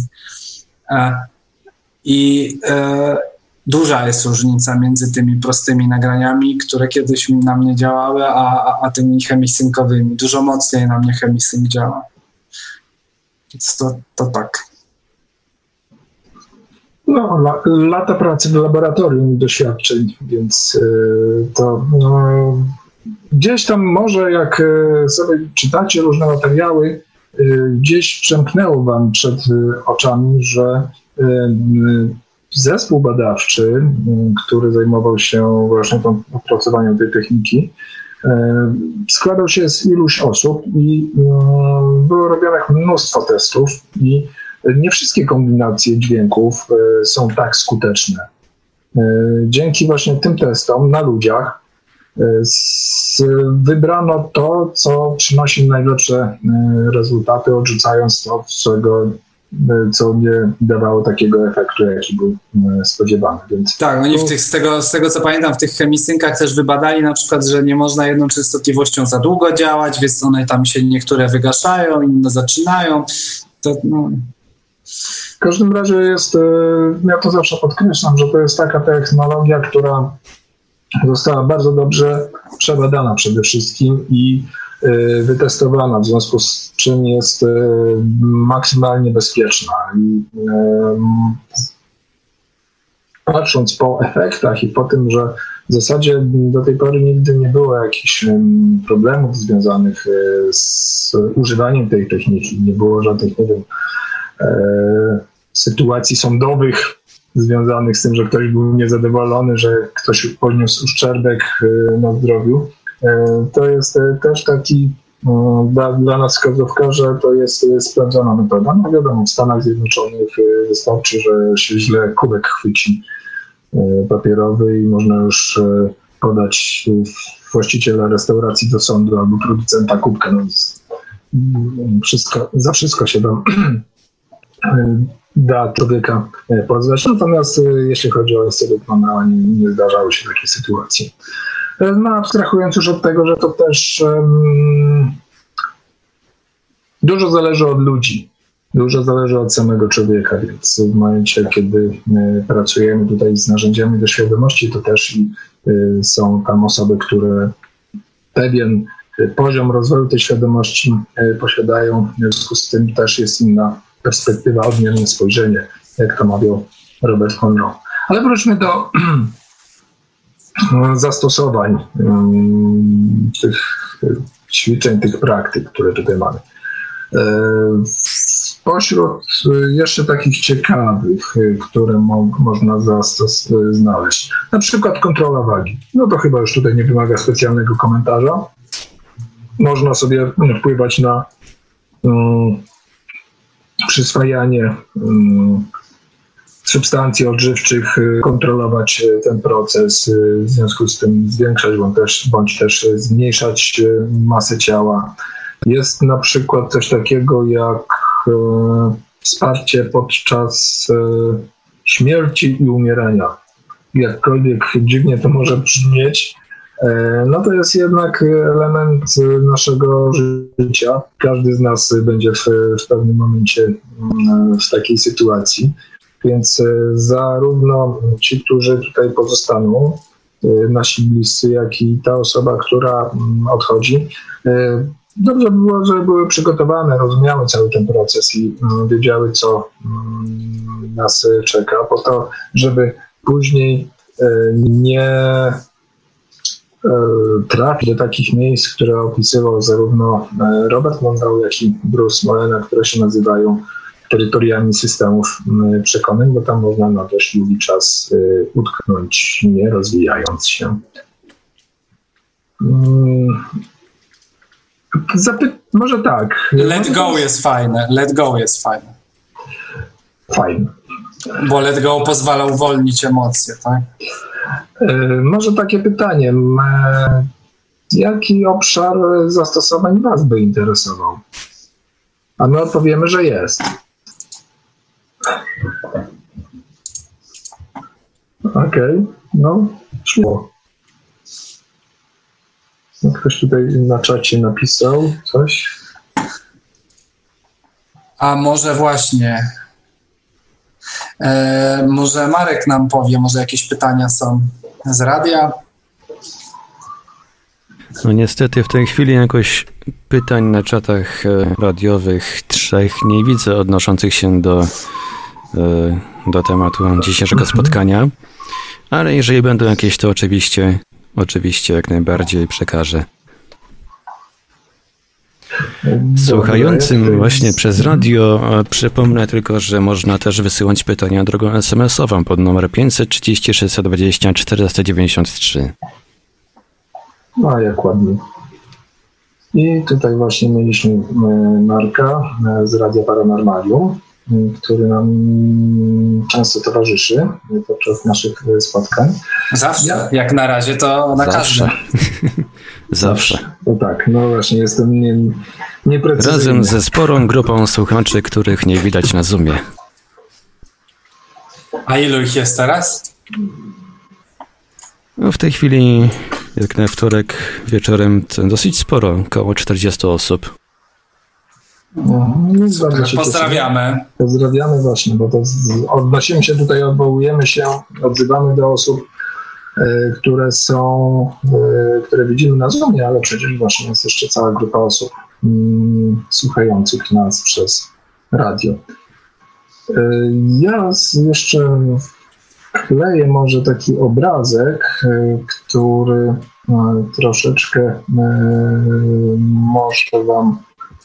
I duża jest różnica między tymi prostymi nagraniami, które kiedyś na mnie działały, a, a, a tymi chemisyncowymi. Dużo mocniej na mnie Chemisync działa. Więc to, to tak. No, la, lata pracy w laboratorium doświadczeń, więc y, to no, gdzieś tam może jak y, sobie czytacie różne materiały, y, gdzieś przemknęło wam przed y, oczami, że y, y, zespół badawczy, y, który zajmował się właśnie tą opracowaniem tej techniki, składał się z iluś osób i było robione mnóstwo testów i nie wszystkie kombinacje dźwięków są tak skuteczne. Dzięki właśnie tym testom na ludziach wybrano to, co przynosi najlepsze rezultaty, odrzucając to, czego co nie dawało takiego efektu, jaki był spodziewany. Więc tak, oni w tych, z, tego, z tego co pamiętam, w tych chemisynkach też wybadali na przykład, że nie można jedną częstotliwością za długo działać, więc one tam się niektóre wygaszają, inne zaczynają. To, no. W każdym razie jest, ja to zawsze podkreślam, że to jest taka technologia, która została bardzo dobrze przebadana przede wszystkim i wytestowana, w związku z czym jest maksymalnie bezpieczna. I patrząc po efektach i po tym, że w zasadzie do tej pory nigdy nie było jakichś problemów związanych z używaniem tej techniki, nie było żadnych, nie wiem, sytuacji sądowych związanych z tym, że ktoś był niezadowolony, że ktoś poniósł uszczerbek na zdrowiu. To jest też taki dla, dla nas wskazówka, że to jest sprawdzona metoda. No wiadomo, w Stanach Zjednoczonych wystarczy, że się źle kubek chwyci papierowy i można już podać właściciela restauracji do sądu albo producenta kubka. No, wszystko, za wszystko się tam da człowieka pozwać. Natomiast jeśli chodzi o Instytut Monroe, nie, nie zdarzały się takie sytuacje. No, abstrahując już od tego, że to też um, dużo zależy od ludzi, dużo zależy od samego człowieka, więc w momencie, kiedy y, pracujemy tutaj z narzędziami do świadomości, to też i, y, są tam osoby, które pewien y, poziom rozwoju tej świadomości y, posiadają, w związku z tym też jest inna perspektywa, odmienne spojrzenie, jak to mawiał Robert Monroe. Ale wróćmy do zastosowań um, tych ćwiczeń, tych praktyk, które tutaj mamy. Spośród jeszcze takich ciekawych, które mo- można zastos- znaleźć, na przykład kontrola wagi. No to chyba już tutaj nie wymaga specjalnego komentarza. Można sobie wpływać na um, przyswajanie um, substancji odżywczych, kontrolować ten proces, w związku z tym zwiększać bądź też, bądź też zmniejszać masę ciała. Jest na przykład coś takiego jak e, wsparcie podczas e, śmierci i umierania. Jakkolwiek dziwnie to może brzmieć, e, no to jest jednak element naszego życia. Każdy z nas będzie w, w pewnym momencie w takiej sytuacji. Więc zarówno ci, którzy tutaj pozostaną, nasi bliscy, jak i ta osoba, która odchodzi, dobrze by było, żeby były przygotowane, rozumiały cały ten proces i wiedziały, co nas czeka, po to, żeby później nie trafić do takich miejsc, które opisywał zarówno Robert Monroe, jak i Bruce Moena, które się nazywają terytoriami systemów przekonań, bo tam można na dość długi czas utknąć, nie rozwijając się. Zapy- może tak. Let go jest fajne. Let go jest fajne. Fajne. Bo let go pozwala uwolnić emocje, tak? Może takie pytanie. Jaki obszar zastosowań Was by interesował? A my odpowiemy, że jest. Okej, okay. No, szło. Ktoś tutaj na czacie napisał coś. A może właśnie, e, może Marek nam powie, może jakieś pytania są z radia? No niestety w tej chwili jakoś pytań na czatach radiowych trzech nie widzę odnoszących się do, do tematu dzisiejszego spotkania, ale jeżeli będą jakieś, to oczywiście, oczywiście jak najbardziej przekażę. Słuchającym właśnie przez radio przypomnę tylko, że można też wysyłać pytania drogą es em esową pod numer pięćset trzydzieści sześć dwadzieścia czterysta dziewięćdziesiąt trzy. No a jak ładnie. I tutaj właśnie mieliśmy Marka z Radia Paranormalium, który nam często towarzyszy podczas naszych spotkań. Zawsze, ja, jak na razie to na Zawsze. każdym. Zawsze. No tak, no właśnie jestem nie, nieprecyzyjny. Razem ze sporą grupą słuchaczy, których nie widać na Zoomie. A ilu ich jest teraz? No w tej chwili, jak na wtorek wieczorem, to dosyć sporo, około czterdzieści osób. No, bardzo się Pozdrawiamy. Cieszymy. Pozdrawiamy właśnie, bo to z, odnosimy się tutaj, odwołujemy się, odzywamy do osób, y, które są, y, które widzimy na Zoomie, ale przecież właśnie jest jeszcze cała grupa osób y, słuchających nas przez radio. Y, ja z, jeszcze wkleję może taki obrazek, y, który y, troszeczkę y, może wam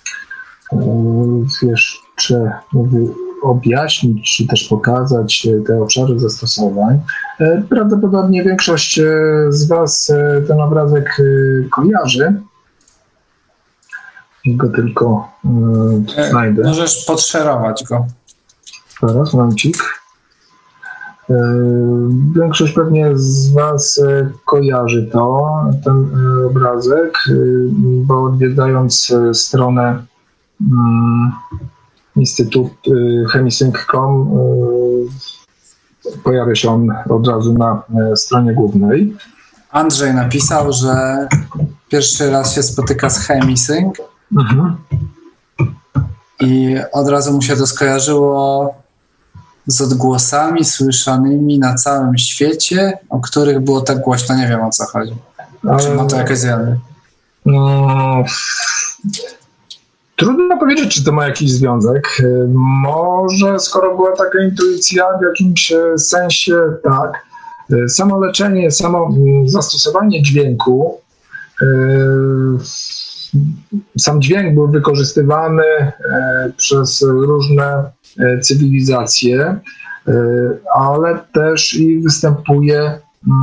jeszcze objaśnić, czy też pokazać te obszary zastosowań. Prawdopodobnie większość z Was ten obrazek kojarzy. go tylko yy, znajdę. Możesz podszerować go. Teraz, momencik. Yy, większość pewnie z Was yy, kojarzy to, ten yy, obrazek, yy, bo odwiedzając yy, stronę yy, Instytut yy, chemisync kropka com yy, pojawia się on od razu na yy, stronie głównej. Andrzej napisał, że pierwszy raz się spotyka z chemisync mhm. i od razu mu się to skojarzyło z odgłosami słyszanymi na całym świecie, o których było tak głośno, nie wiem o co chodzi. Czy ma to jakieś zjawy? No, trudno powiedzieć, czy to ma jakiś związek. Może skoro była taka intuicja, w jakimś sensie tak. Samo leczenie, samo zastosowanie dźwięku, sam dźwięk był wykorzystywany przez różne cywilizacje, ale też i występuje,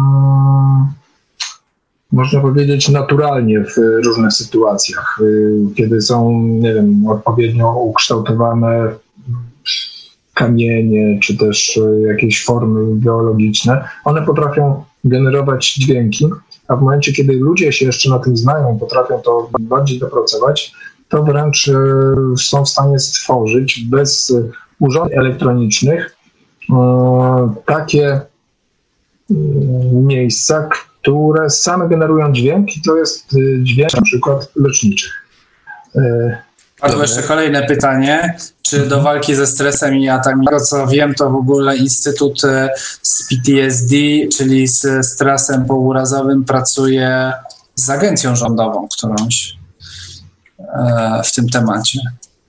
można powiedzieć, naturalnie w różnych sytuacjach, kiedy są, nie wiem, odpowiednio ukształtowane kamienie, czy też jakieś formy geologiczne. One potrafią generować dźwięki, a w momencie, kiedy ludzie się jeszcze na tym znają, potrafią to bardziej dopracować, to wręcz są w stanie stworzyć bez urządzeń elektronicznych takie miejsca, które same generują dźwięk i to jest dźwięk na przykład leczniczych. Padło jeszcze kolejne pytanie, czy do walki ze stresem i atakami, z tego co wiem, to w ogóle Instytut z P T S D, czyli z stresem pourazowym, pracuje z agencją rządową, którąś w tym temacie.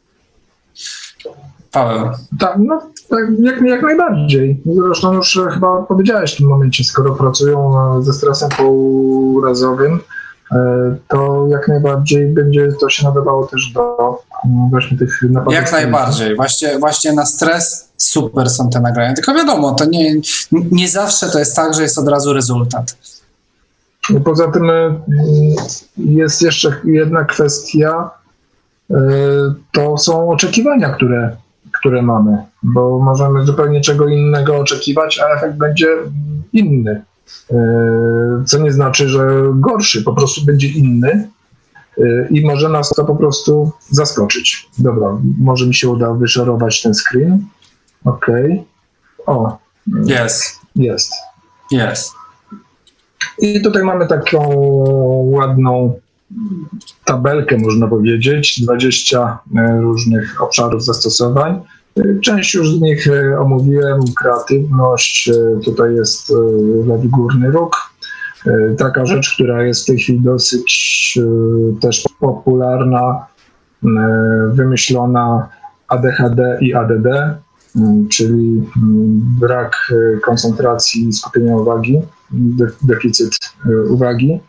Paweł. Tak, no tak, jak, jak najbardziej. Zresztą już chyba powiedziałeś w tym momencie, skoro pracują ze stresem pourazowym, to jak najbardziej będzie to się nadawało też do właśnie tych napadów. Jak najbardziej. Właśnie, właśnie na stres super są te nagrania. Tylko wiadomo, to nie, nie zawsze to jest tak, że jest od razu rezultat. Poza tym jest jeszcze jedna kwestia, to są oczekiwania, które, które mamy, bo możemy zupełnie czego innego oczekiwać, a efekt będzie inny. Co nie znaczy, że gorszy, po prostu będzie inny i może nas to po prostu zaskoczyć. Dobra, może mi się uda wyszorować ten screen. Okej. Okay. O. Jest. Jest. Jest. I tutaj mamy taką ładną tabelkę, można powiedzieć, dwadzieścia różnych obszarów zastosowań. Część już z nich omówiłem, kreatywność, tutaj jest lewy górny róg. Taka rzecz, która jest w tej chwili dosyć też popularna, wymyślona A D H D i A D D, czyli brak koncentracji i skupienia uwagi, deficyt uwagi.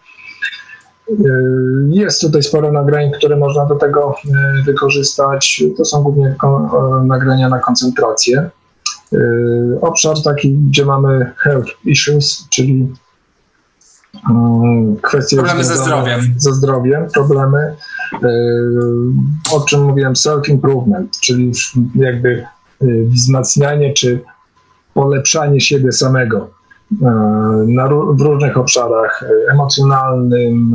Jest tutaj sporo nagrań, które można do tego wykorzystać. To są głównie nagrania na koncentrację. Obszar taki, gdzie mamy health issues, czyli kwestie problemy ze zdrowiem. Ze zdrowiem, problemy, o czym mówiłem, self-improvement, czyli jakby wzmacnianie czy polepszanie siebie samego. Na, w różnych obszarach emocjonalnym,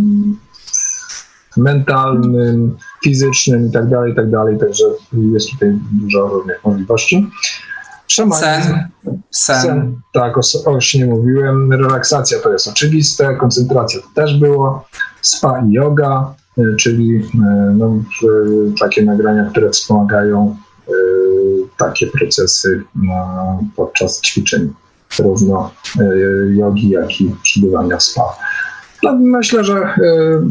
mentalnym, fizycznym i tak dalej, i tak dalej. Także jest tutaj dużo różnych możliwości. Szamanizm. Sen. Sen. Sen. Tak, o, o śnie mówiłem. Relaksacja to jest oczywiste, koncentracja to też było. Spa i yoga, czyli no, takie nagrania, które wspomagają takie procesy podczas ćwiczeń. Zarówno y, jogi, jak i przebywania w spa. No, myślę, że y,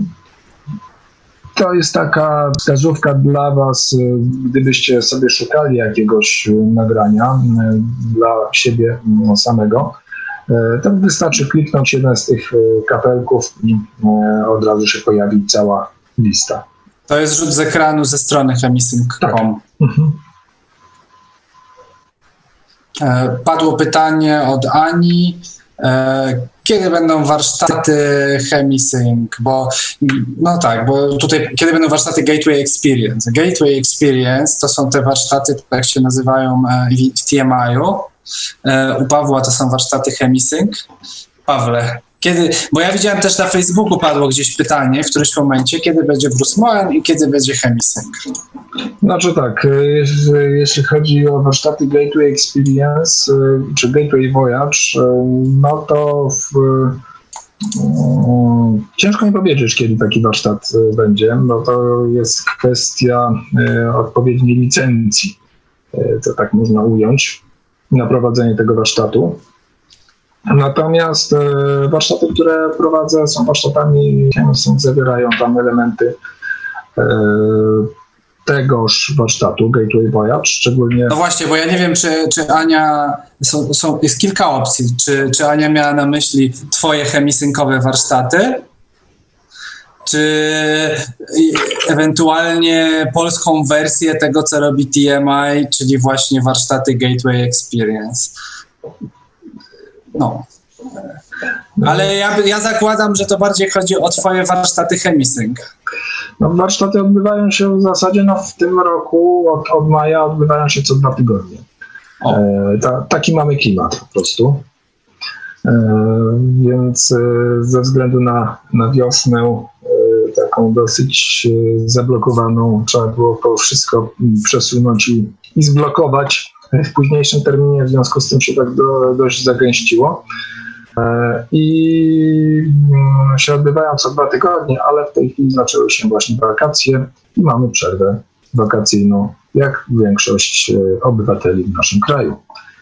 to jest taka wskazówka dla Was, y, gdybyście sobie szukali jakiegoś y, nagrania y, dla siebie y, samego, y, to wystarczy kliknąć jeden z tych y, kapelków i y, od razu się pojawi cała lista. To jest rzut z ekranu ze strony chemisync kropka com. Tak. Mhm. Padło pytanie od Ani, Kiedy będą warsztaty Chemisync, bo no tak, bo tutaj kiedy będą warsztaty Gateway Experience. Gateway Experience to są te warsztaty, jak się nazywają w T M I u. U Pawła to są warsztaty Chemisync. Pawle, kiedy, bo ja widziałem też na Facebooku padło gdzieś pytanie w którymś momencie, kiedy będzie Bruce Moen i kiedy będzie Chemisync. Znaczy tak, jeśli chodzi o warsztaty Gateway Experience czy Gateway Voyage, no to w, ciężko mi powiedzieć, kiedy taki warsztat będzie, no to jest kwestia odpowiedniej licencji, to tak można ująć, na prowadzenie tego warsztatu. Natomiast warsztaty, które prowadzę, są warsztatami, zawierają tam elementy tegoż warsztatu Gateway Voyage, szczególnie... No właśnie, bo ja nie wiem, czy, czy Ania... Są, są, jest kilka opcji. Czy, czy Ania miała na myśli twoje chemisynkowe warsztaty, czy ewentualnie polską wersję tego, co robi T M I, czyli właśnie warsztaty Gateway Experience. No. Ale ja, ja zakładam, że to bardziej chodzi o twoje warsztaty Chemisync. No, warsztaty odbywają się w zasadzie no, w tym roku, od, od maja odbywają się co dwa tygodnie. E, ta, taki mamy klimat po prostu. E, więc e, ze względu na, na wiosnę e, taką dosyć e, zablokowaną, trzeba było to wszystko przesunąć i, i zblokować w późniejszym terminie, w związku z tym się tak do, dość zagęściło. I się odbywają co dwa tygodnie, ale w tej chwili zaczęły się właśnie wakacje i mamy przerwę wakacyjną, jak większość obywateli w naszym kraju.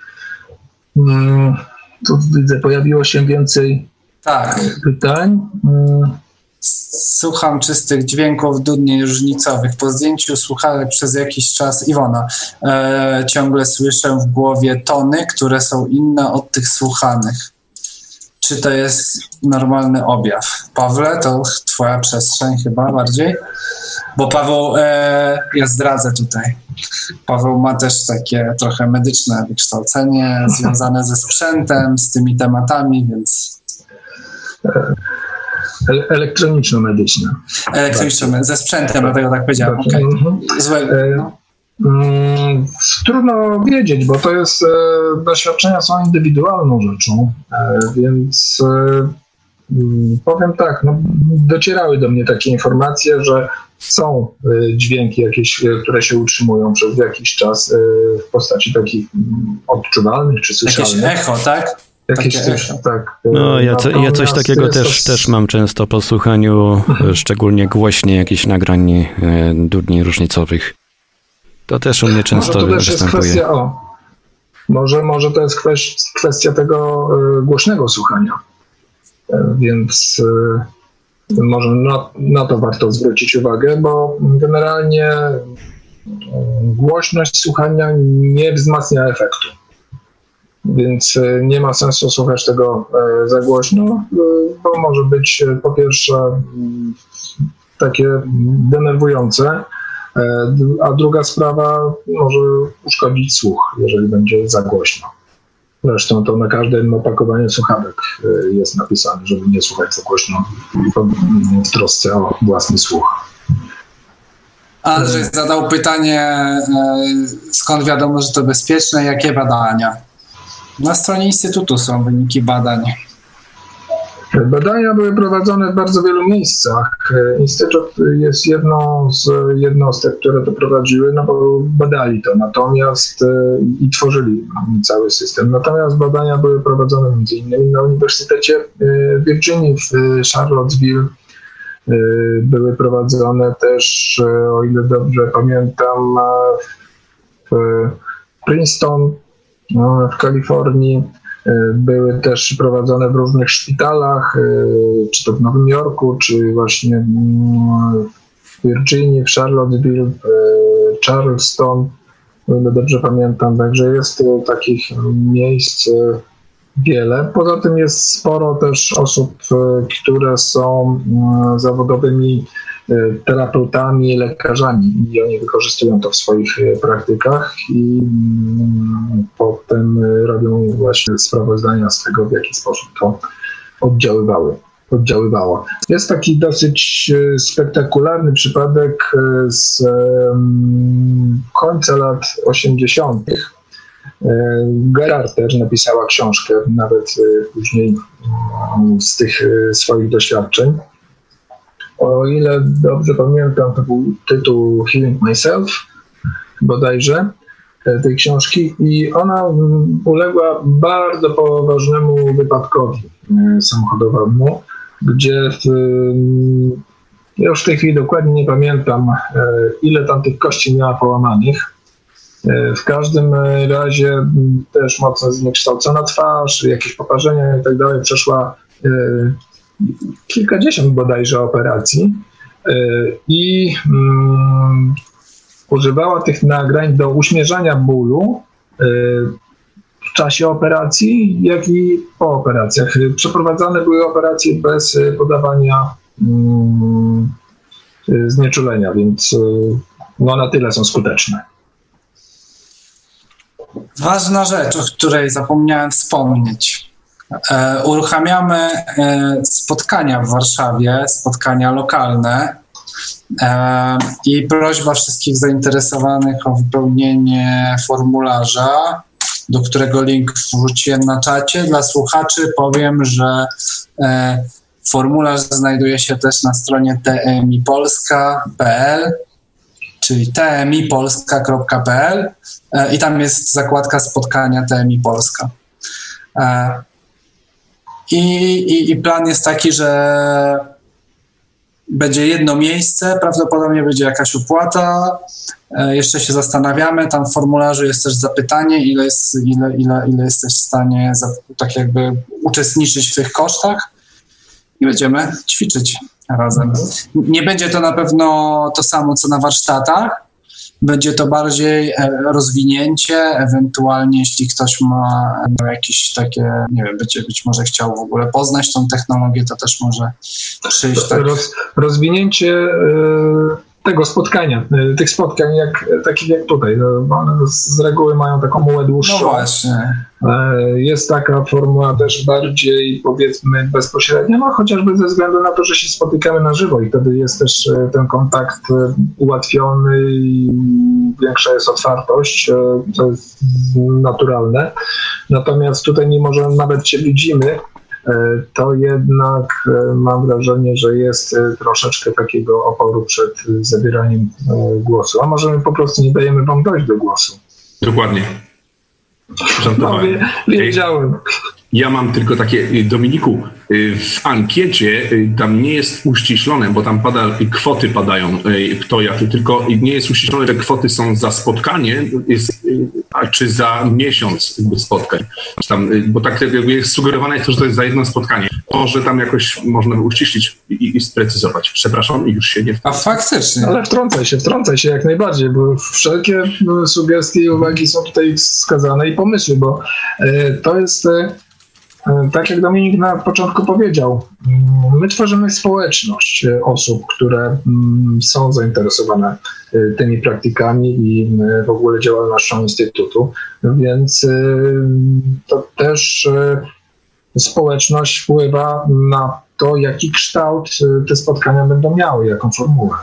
Tu widzę, pojawiło się więcej tak. pytań. Słucham czystych dźwięków dudni różnicowych. Po zdjęciu słuchałem przez jakiś czas Iwona. E, ciągle słyszę w głowie tony, które są inne od tych słuchanych. Czy to jest normalny objaw? Pawle, to twoja przestrzeń chyba bardziej? Bo Paweł, e, ja zdradzę tutaj, Paweł ma też takie trochę medyczne wykształcenie związane ze sprzętem, z tymi tematami, więc... E- elektroniczno-medyczne. Elektroniczno, tak. Ze sprzętem, dlatego tak powiedziałem. Tak. Okay. Mm-hmm. Złe, no. Mm, trudno wiedzieć, bo to jest, e, doświadczenia są indywidualną rzeczą, e, więc e, powiem tak, no, docierały do mnie takie informacje, że są e, dźwięki jakieś, e, które się utrzymują przez jakiś czas e, w postaci takich m, odczuwalnych czy słyszalnych. Jakieś echo, tak? Jakieś coś, tak. No, ja, co, ja coś takiego też, to... też mam często po słuchaniu, mhm. szczególnie głośnie jakichś nagrań e, dudni różnicowych. To też u mnie często może to też występuje. Jest kwestia, o, może, może to jest kwestia, kwestia tego y, głośnego słuchania, y, więc y, może na, na to warto zwrócić uwagę, bo generalnie y, głośność słuchania nie wzmacnia efektu, więc y, nie ma sensu słuchać tego y, za głośno, y, bo może być y, po pierwsze y, takie denerwujące, a druga sprawa, może uszkodzić słuch, jeżeli będzie za głośno. Zresztą to na każdym opakowaniu słuchawek jest napisane, żeby nie słuchać za głośno w trosce o własny słuch. Andrzej zadał pytanie, skąd wiadomo, że to bezpieczne, jakie badania? Na stronie Instytutu są wyniki badań. Badania były prowadzone w bardzo wielu miejscach. Instytut jest jedną z jednostek, które to prowadziły, no bo badali to natomiast i tworzyli cały system. Natomiast badania były prowadzone między innymi na Uniwersytecie w Virginii, w Charlottesville. Były prowadzone też, o ile dobrze pamiętam, w Princeton, w Kalifornii. Były też prowadzone w różnych szpitalach, czy to w Nowym Jorku, czy właśnie w Virginii, w Charlottesville, w Charleston, o ile dobrze pamiętam. Także jest takich miejsc wiele. Poza tym jest sporo też osób, które są zawodowymi terapeutami, lekarzami i oni wykorzystują to w swoich praktykach i potem robią właśnie sprawozdania z tego, w jaki sposób to oddziaływały. oddziaływało. Jest taki dosyć spektakularny przypadek z końca lat osiemdziesiątych. Carter napisała książkę, nawet później z tych swoich doświadczeń. O ile dobrze pamiętam, to był tytuł Healing Myself bodajże tej książki i ona uległa bardzo poważnemu wypadkowi samochodowemu, gdzie w, ja już w tej chwili dokładnie nie pamiętam, ile tam tych kości miała połamanych. W każdym razie też mocno zniekształcona twarz, jakieś poparzenia i tak dalej. Przeszła kilkadziesiąt bodajże operacji i um, używała tych nagrań do uśmierzania bólu w czasie operacji, jak i po operacjach. Przeprowadzane były operacje bez podawania um, znieczulenia, więc no, na tyle są skuteczne. Ważna rzecz, o której zapomniałem wspomnieć. E, uruchamiamy e, spotkania w Warszawie, spotkania lokalne e, i prośba wszystkich zainteresowanych o wypełnienie formularza, do którego link wrzuciłem na czacie. Dla słuchaczy powiem, że e, formularz znajduje się też na stronie t m i polska kropka p l, czyli t m i polska kropka p l e, i tam jest zakładka spotkania T M I Polska. E, i, i, I plan jest taki, że będzie jedno miejsce, prawdopodobnie będzie jakaś opłata, e, jeszcze się zastanawiamy, tam w formularzu jest też zapytanie, ile, jest, ile, ile, ile jesteś w stanie za, tak jakby uczestniczyć w tych kosztach i będziemy ćwiczyć razem. Nie będzie to na pewno to samo, co na warsztatach. Będzie to bardziej rozwinięcie, ewentualnie jeśli ktoś ma jakieś takie, nie wiem, będzie być może chciał w ogóle poznać tą technologię, to też może przyjść. Tak. Roz, rozwinięcie y, tego spotkania, y, tych spotkań, jak, takich jak tutaj. No, one z reguły mają taką mułę dłuższą. No właśnie. Jest taka formuła też bardziej, powiedzmy, bezpośrednia, no chociażby ze względu na to, że się spotykamy na żywo i wtedy jest też ten kontakt ułatwiony i większa jest otwartość, co jest naturalne. Natomiast tutaj, mimo że nawet się widzimy, to jednak mam wrażenie, że jest troszeczkę takiego oporu przed zabieraniem głosu. A może my po prostu nie dajemy wam dojść do głosu. Dokładnie. No, wiedziałem. Ja mam tylko takie, Dominiku, w ankiecie tam nie jest uściślone, bo tam pada, kwoty padają, kto jakie, tylko nie jest uściślone, że kwoty są za spotkanie, jest, a czy za miesiąc spotkań. Tam, bo tak jest sugerowane, że to jest za jedno spotkanie. Może tam jakoś można uściślić i, i sprecyzować. Przepraszam, i już się nie... A faktycznie. Ale wtrącaj się, wtrącaj się jak najbardziej, bo wszelkie sugestie i uwagi są tutaj wskazane i pomysły, bo y, to jest... Y, Tak jak Dominik na początku powiedział, my tworzymy społeczność osób, które są zainteresowane tymi praktykami i w ogóle działalnością Instytutu, więc to też społeczność wpływa na to, jaki kształt te spotkania będą miały, jaką formułę.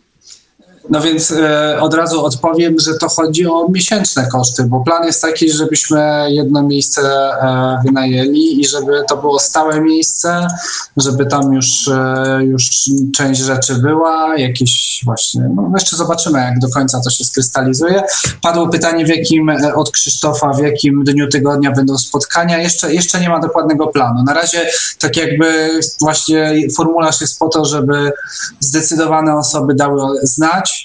No więc e, od razu odpowiem, że to chodzi o miesięczne koszty, bo plan jest taki, żebyśmy jedno miejsce e, wynajęli i żeby to było stałe miejsce, żeby tam już, e, już część rzeczy była, jakieś właśnie, no jeszcze zobaczymy, jak do końca to się skrystalizuje. Padło pytanie, w jakim, od Krzysztofa, w jakim dniu tygodnia będą spotkania. Jeszcze, jeszcze nie ma dokładnego planu. Na razie tak jakby właśnie formularz jest po to, żeby zdecydowane osoby dały znać.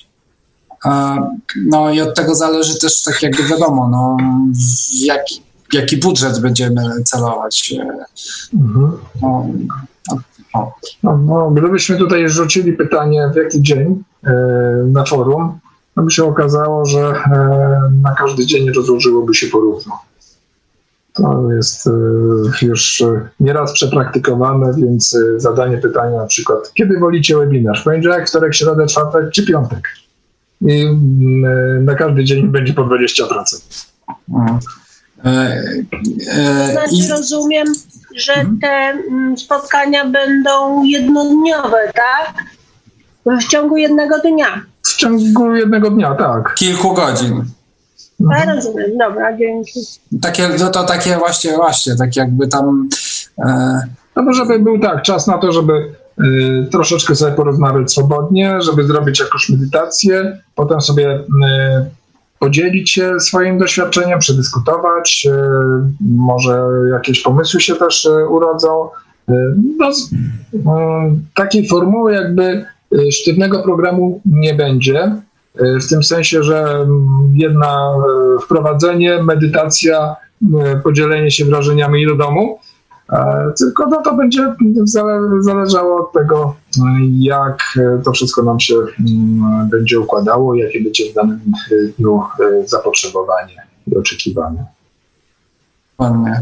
No i od tego zależy też, tak jakby wiadomo, no, jaki, jaki budżet będziemy celować. Mhm. No, no. No, no, gdybyśmy tutaj rzucili pytanie, w jaki dzień e, na forum, to by się okazało, że e, na każdy dzień rozłożyłoby się porówno. To jest już nieraz przepraktykowane, więc zadanie pytania na przykład, kiedy wolicie webinar? W poniedziałek, wtorek, środę, czwartek czy piątek? I na każdy dzień będzie po dwadzieścia procent. Mhm. E, e, znaczy i... rozumiem, że te spotkania będą jednodniowe, tak? W ciągu jednego dnia. W ciągu jednego dnia, tak. Kilku godzin. Ja rozumiem, dobra, dzięki. Takie, no to takie właśnie, właśnie, tak jakby tam... E... No żeby był tak, czas na to, żeby y, troszeczkę sobie porozmawiać swobodnie, żeby zrobić jakąś medytację, potem sobie y, podzielić się swoim doświadczeniem, przedyskutować, y, może jakieś pomysły się też y, urodzą. Y, no, y, takiej formuły jakby y, sztywnego programu nie będzie. W tym sensie, że jedna wprowadzenie, medytacja, podzielenie się wrażeniami i do domu, tylko no to będzie zależało od tego, jak to wszystko nam się będzie układało, jakie będzie w danym dniu zapotrzebowanie i oczekiwanie. Ładnie.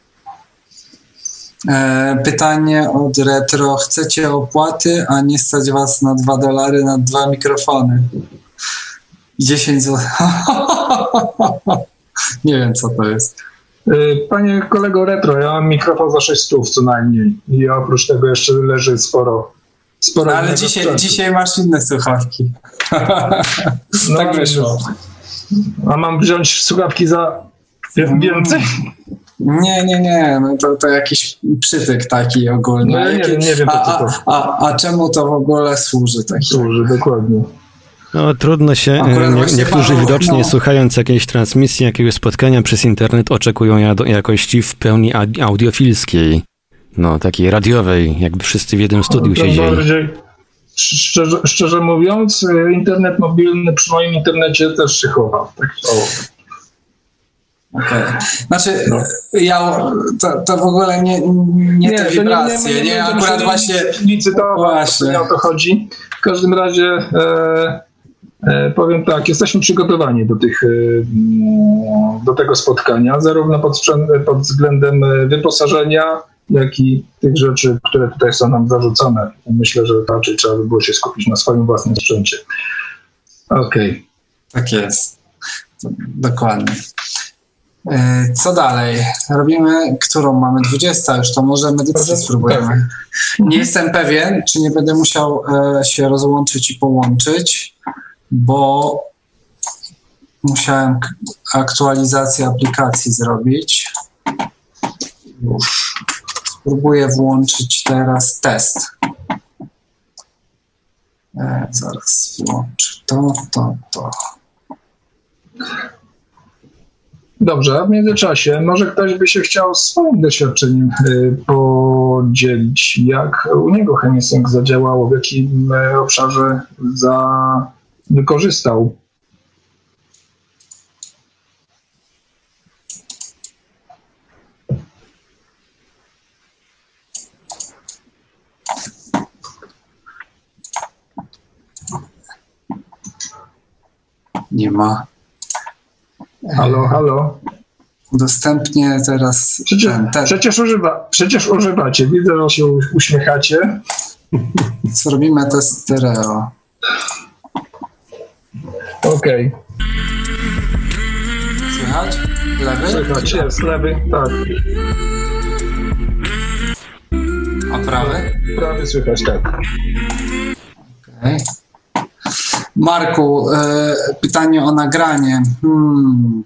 Pytanie od Retro. Chcecie opłaty, a nie stać was na dwa dolary na dwa mikrofony? dziesięć złotych. Nie wiem, co to jest. Panie kolego Retro, ja mam mikrofon za sześć stów co najmniej i oprócz tego jeszcze leży sporo sporo. Ale dzisiaj, dzisiaj masz inne słuchawki. No, tak wyszło. A mam wziąć słuchawki za więcej? Nie, nie, nie. No to, to jakiś przytyk taki ogólny. No, nie, Jaki... nie wiem, a, po co to. A, a, a czemu to w ogóle służy? Taki? Służy, dokładnie. No trudno się, nie, niektórzy panu, widocznie no. słuchając jakiejś transmisji, jakiegoś spotkania przez internet oczekują jakości w pełni audiofilskiej, no takiej radiowej, jakby wszyscy w jednym studiu no, siedzieli. Bardziej, szczerze, szczerze mówiąc, internet mobilny przy moim internecie też się chowa. Tak, okay. Znaczy, no. ja to, to w ogóle nie, nie, nie te wibracje, nie, nie, nie, nie, nie akurat właśnie... Licytować, nie o to chodzi. W każdym razie... E, Powiem tak, jesteśmy przygotowani do, tych, do tego spotkania, zarówno pod, sprzęt, pod względem wyposażenia, jak i tych rzeczy, które tutaj są nam zarzucone. Myślę, że raczej trzeba by było się skupić na swoim własnym sprzęcie. Okej. Okay. Tak jest. Dokładnie. Co dalej? Robimy, którą mamy? dwudziestą już, to może medycynę spróbujemy. Nie jestem pewien, czy nie będę musiał się rozłączyć i połączyć, bo musiałem aktualizację aplikacji zrobić. Już. Spróbuję włączyć teraz test. E, zaraz włączę to, to, to. Dobrze, a w międzyczasie może ktoś by się chciał swoim doświadczeniem y, podzielić, jak u niego Chemisync zadziałało, w jakim y, obszarze za, wykorzystał. Nie ma. Halo, halo. Udostępnię teraz... Przecież, ten, ten. Przecież, używa, przecież używacie. Widzę, że się uśmiechacie. Zrobimy test stereo. Okej. Okay. Słychać? Lewy? Słychać, jest lewy, tak. A prawy? Prawy słychać, tak. Okej. Okay. Marku, e, pytanie o nagranie. Hmm.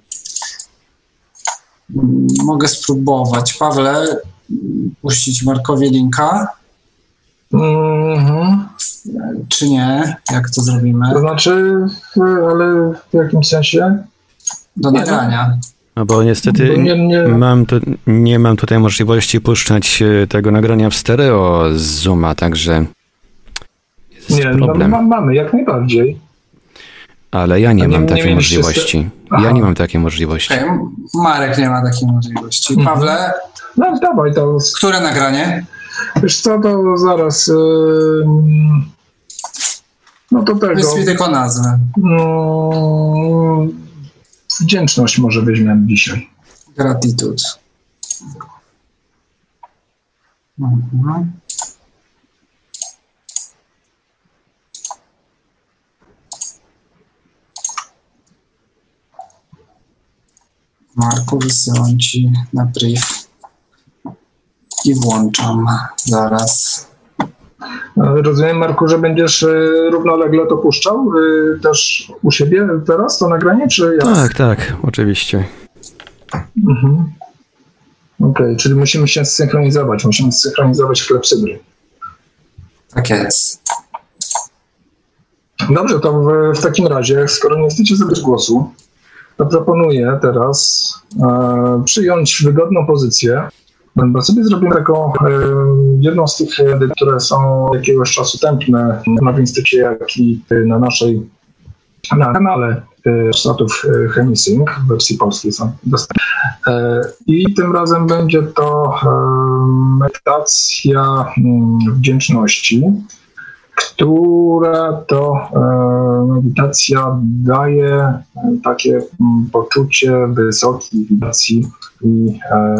Mogę spróbować. Pawle, puścić Markowi linka? Mm-hmm. Czy nie? Jak to zrobimy? To znaczy, ale w jakim sensie? Do nie, nagrania. No bo niestety bo nie, nie. Mam tu, nie mam tutaj możliwości puszczać tego nagrania w stereo z Zooma, także jest nie, problem. No, mamy, jak najbardziej. Ale ja nie, nie mam takiej możliwości. Ja nie mam takiej możliwości. Okay. Marek nie ma takiej możliwości. Mhm. Pawle? No dawaj to. Które nagranie? Wiesz co, to zaraz... Yy... No to tego... Powiedz mi tylko nazwę. Yy... Wdzięczność może weźmiemy dzisiaj. Gratitude. Mhm. Marku, wysyłam ci na brief i włączam zaraz. Rozumiem, Marku, że będziesz równolegle to puszczał też u siebie teraz to nagranie, czy ja? Tak, tak, oczywiście. Mhm. Okej, okay, czyli musimy się zsynchronizować, musimy zsynchronizować klepsydry. Tak jest. Dobrze, to w, w takim razie, skoro nie chcecie zabrać głosu, to proponuję teraz e, przyjąć wygodną pozycję, bo sobie zrobimy taką e, jedną z tych, które są jakiegoś czasu tępne na w instytucie, jak i na naszej na kanale warsztatów Chemisync w wersji polskiej są dostępne. E, I tym razem będzie to e, medytacja wdzięczności, która to e, medytacja daje takie m, poczucie wysokiej wibracji i e,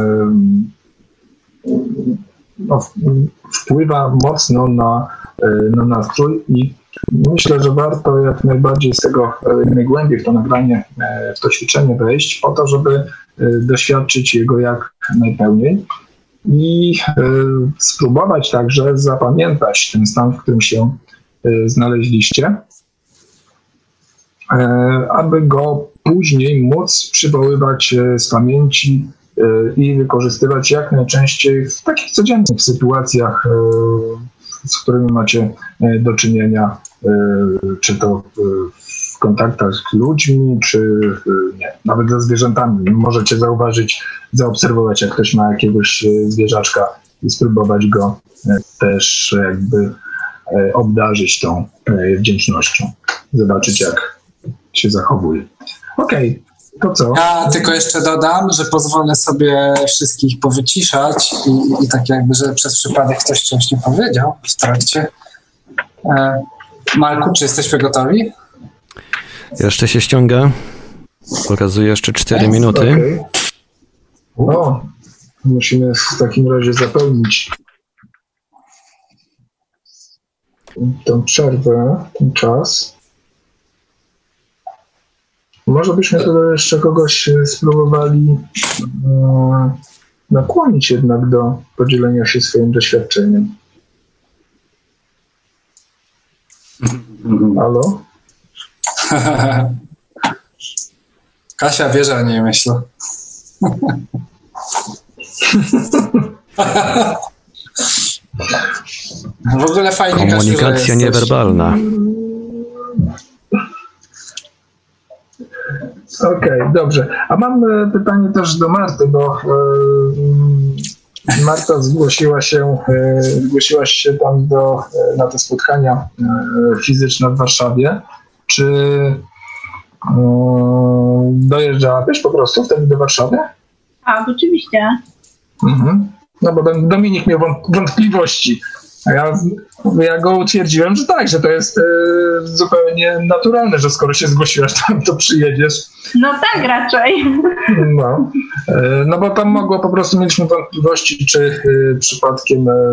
no, wpływa mocno na, na nastrój i myślę, że warto jak najbardziej z tego najgłębiej w to nagranie, w to ćwiczenie wejść po to, żeby doświadczyć jego jak najpełniej i spróbować także zapamiętać ten stan, w którym się znaleźliście, aby go później móc przywoływać z pamięci i wykorzystywać jak najczęściej w takich codziennych sytuacjach, z którymi macie do czynienia, czy to w kontaktach z ludźmi, czy nie, nawet ze zwierzętami. Możecie zauważyć, zaobserwować, jak ktoś ma jakiegoś zwierzaczka i spróbować go też jakby obdarzyć tą wdzięcznością. Zobaczyć, jak się zachowuje. Okej. Okay. To co? Ja tylko jeszcze dodam, że pozwolę sobie wszystkich powyciszać i, i tak jakby, że przez przypadek ktoś coś nie powiedział w trakcie. E, Marku, czy jesteśmy gotowi? Jeszcze się ściąga. Pokazuję jeszcze cztery minuty. Okay. No, musimy w takim razie zapełnić tę przerwę, ten czas. Może byśmy tutaj jeszcze kogoś spróbowali e, nakłonić jednak do podzielenia się swoim doświadczeniem. Halo? Kasia wie, że o niej myślę. W ogóle fajnie, komunikacja Kasiu, niewerbalna. Okej, okay, dobrze. A mam pytanie też do Marty, bo e, Marta zgłosiła się, e, zgłosiłaś się tam do, na te spotkania e, fizyczne w Warszawie. Czy e, dojeżdżałabyś po prostu wtedy do Warszawy? Tak, oczywiście. Mhm. No bo Dominik miał wątpliwości. A ja, ja go utwierdziłem, że tak, że to jest e, zupełnie naturalne, że skoro się zgłosiłaś tam, to przyjedziesz. No tak, raczej. No, e, no bo tam mogło po prostu mieliśmy wątpliwości, czy e, przypadkiem e,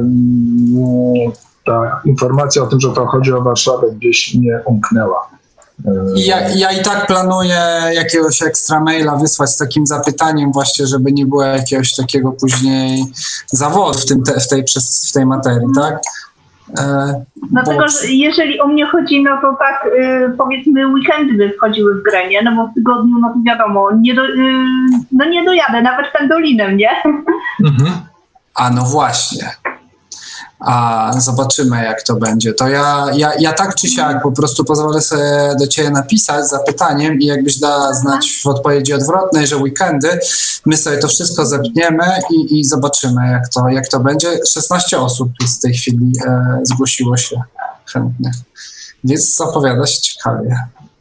ta informacja o tym, że to chodzi o Warszawę, gdzieś nie umknęła. I ja, ja i tak planuję jakiegoś ekstra maila wysłać z takim zapytaniem właśnie, żeby nie było jakiegoś takiego później zawodu w, tym te, w, tej, w tej materii, tak? E, Dlatego, bo... że jeżeli o mnie chodzi, no to tak y, powiedzmy weekendy by wchodziły w grę, nie? No bo w tygodniu, no to wiadomo, nie, do, y, no nie dojadę, nawet pendolinem, nie? Mhm. A no właśnie. A zobaczymy, jak to będzie. To ja, ja, ja tak czy siak po prostu pozwolę sobie do ciebie napisać z zapytaniem i jakbyś dała znać w odpowiedzi odwrotnej, że weekendy, my sobie to wszystko zepniemy i, i zobaczymy, jak to, jak to będzie. szesnaście osób w tej chwili e, zgłosiło się chętnych, więc zapowiada się ciekawie.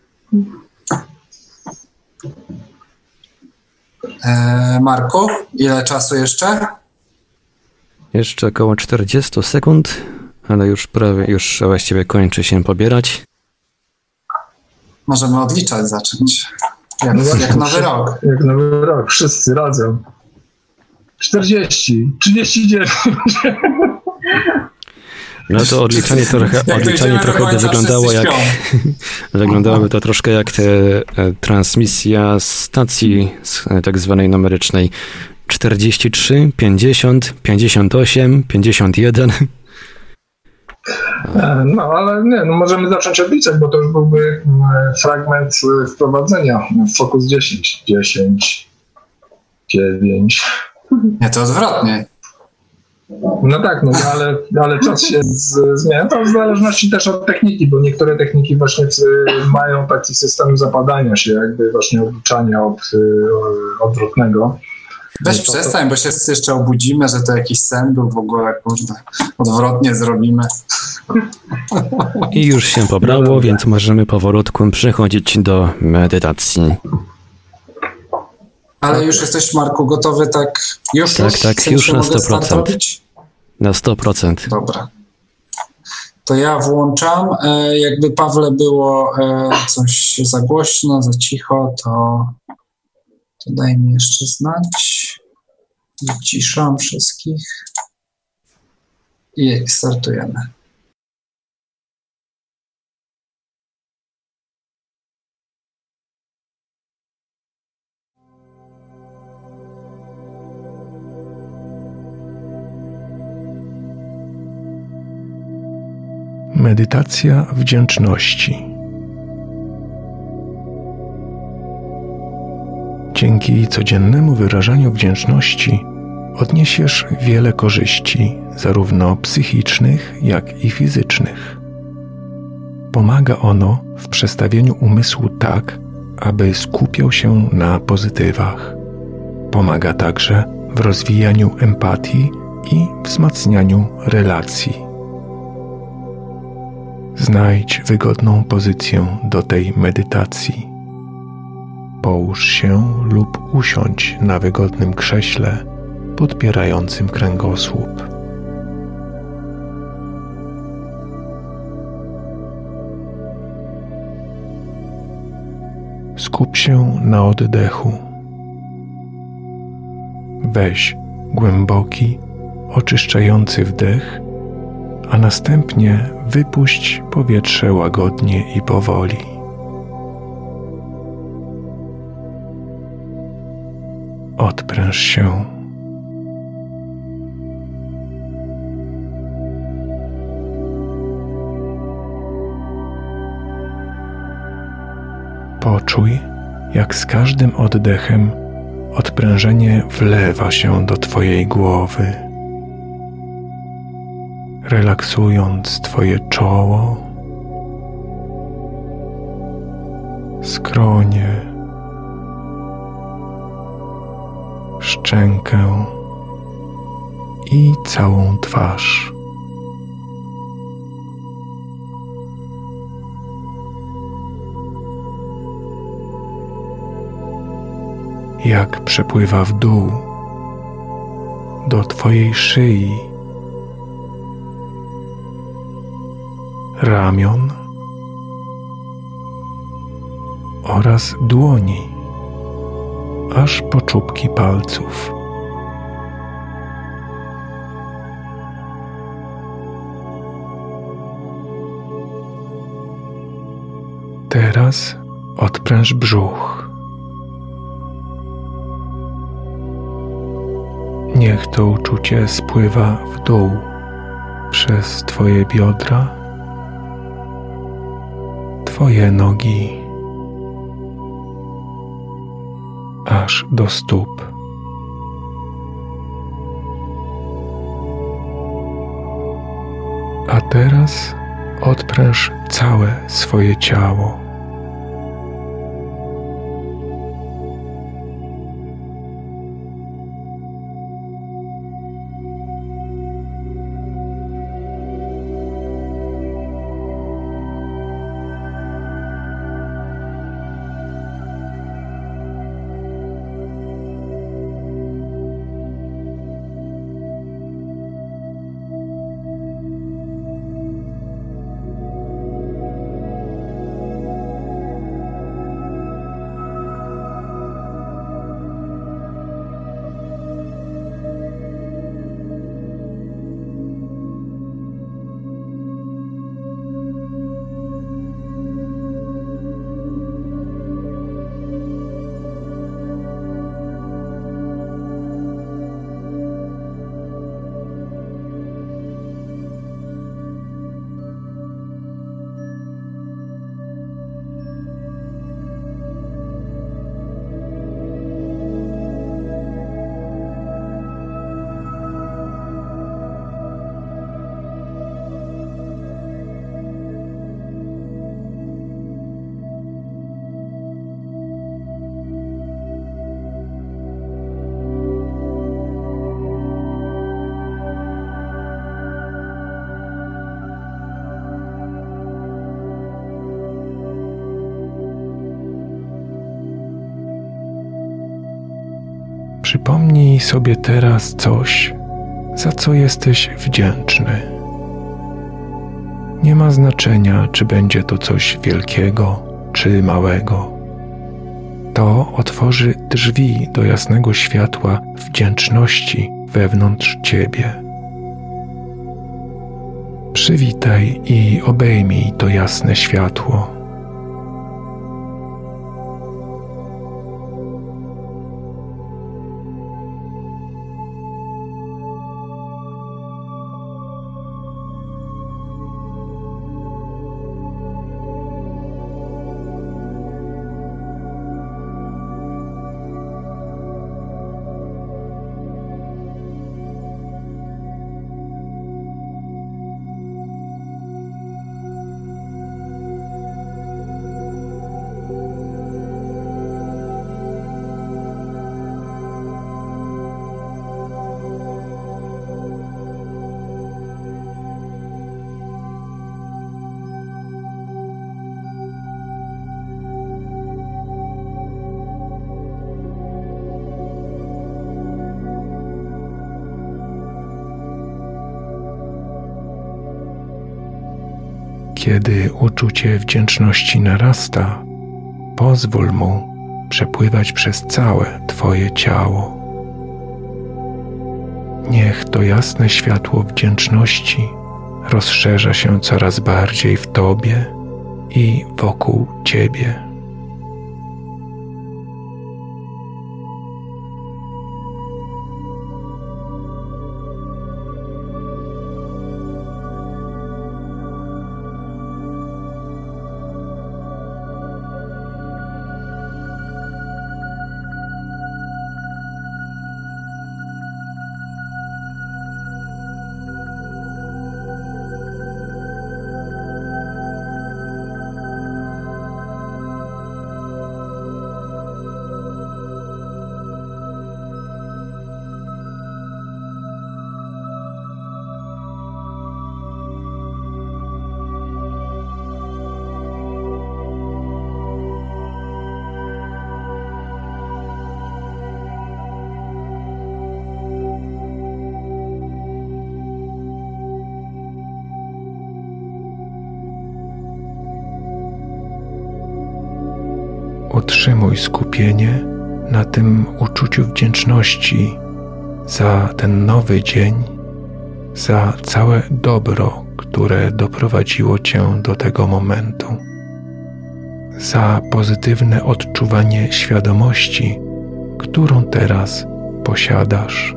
E, Marku, ile czasu jeszcze? Jeszcze około czterdzieści sekund, ale już prawie, już właściwie kończy się pobierać. Możemy odliczać zacząć. Jak, no jak nowy rok. Jak nowy rok, wszyscy razem. czterdzieści, trzydzieści dziewięć. No to odliczanie trochę, odliczanie trochę by wyglądało jak, wyglądałoby to troszkę jak te, e, transmisja stacji z, e, tak zwanej numerycznej czterdzieści trzy, pięćdziesiąt, pięćdziesiąt osiem, pięćdziesiąt jeden. No ale nie, no możemy zacząć odliczać, bo to już byłby fragment wprowadzenia. Focus dziesięć, dziesięć, dziewięć. Nie, to odwrotnie. No tak, no ale, ale czas się z, zmienia. To w zależności też od techniki, bo niektóre techniki właśnie mają taki system zapadania się, jakby właśnie odliczania od odwrotnego. Weź to, przestań, bo się jeszcze obudzimy, że to jakiś sen był w ogóle, kurde, odwrotnie zrobimy. I już się pobrało, no, więc możemy powolutku przechodzić do medytacji. Ale już jesteś, Marku, gotowy tak? Już, tak, już, tak, w sensie już na sto mogę procent. startować? Na sto procent. Dobra. To ja włączam. E, jakby Pawle było e, coś za głośno, za cicho, to, to daj mi jeszcze znać. Wyciszam wszystkich. I startujemy. Medytacja wdzięczności. Dzięki codziennemu wyrażaniu wdzięczności odniesiesz wiele korzyści, zarówno psychicznych, jak i fizycznych. Pomaga ono w przestawieniu umysłu tak, aby skupiał się na pozytywach. Pomaga także w rozwijaniu empatii i wzmacnianiu relacji. Znajdź wygodną pozycję do tej medytacji. Połóż się lub usiądź na wygodnym krześle podpierającym kręgosłup. Skup się na oddechu. Weź głęboki, oczyszczający wdech, a następnie wypuść powietrze łagodnie i powoli. Odpręż się. Poczuj, jak z każdym oddechem odprężenie wlewa się do twojej głowy, relaksując twoje czoło, skronie, szczękę i całą twarz. Jak przepływa w dół do twojej szyi, ramion oraz dłoni, aż po czubki palców. Teraz odpręż brzuch. Niech to uczucie spływa w dół przez twoje biodra, twoje nogi, aż do stóp. A teraz odpręż całe swoje ciało. Przypomnij sobie teraz coś, za co jesteś wdzięczny. Nie ma znaczenia, czy będzie to coś wielkiego, czy małego. To otworzy drzwi do jasnego światła wdzięczności wewnątrz ciebie. Przywitaj i obejmij to jasne światło. Kiedy uczucie wdzięczności narasta, pozwól mu przepływać przez całe Twoje ciało. Niech to jasne światło wdzięczności rozszerza się coraz bardziej w Tobie i wokół Ciebie. Utrzymuj skupienie na tym uczuciu wdzięczności za ten nowy dzień, za całe dobro, które doprowadziło Cię do tego momentu, za pozytywne odczuwanie świadomości, którą teraz posiadasz.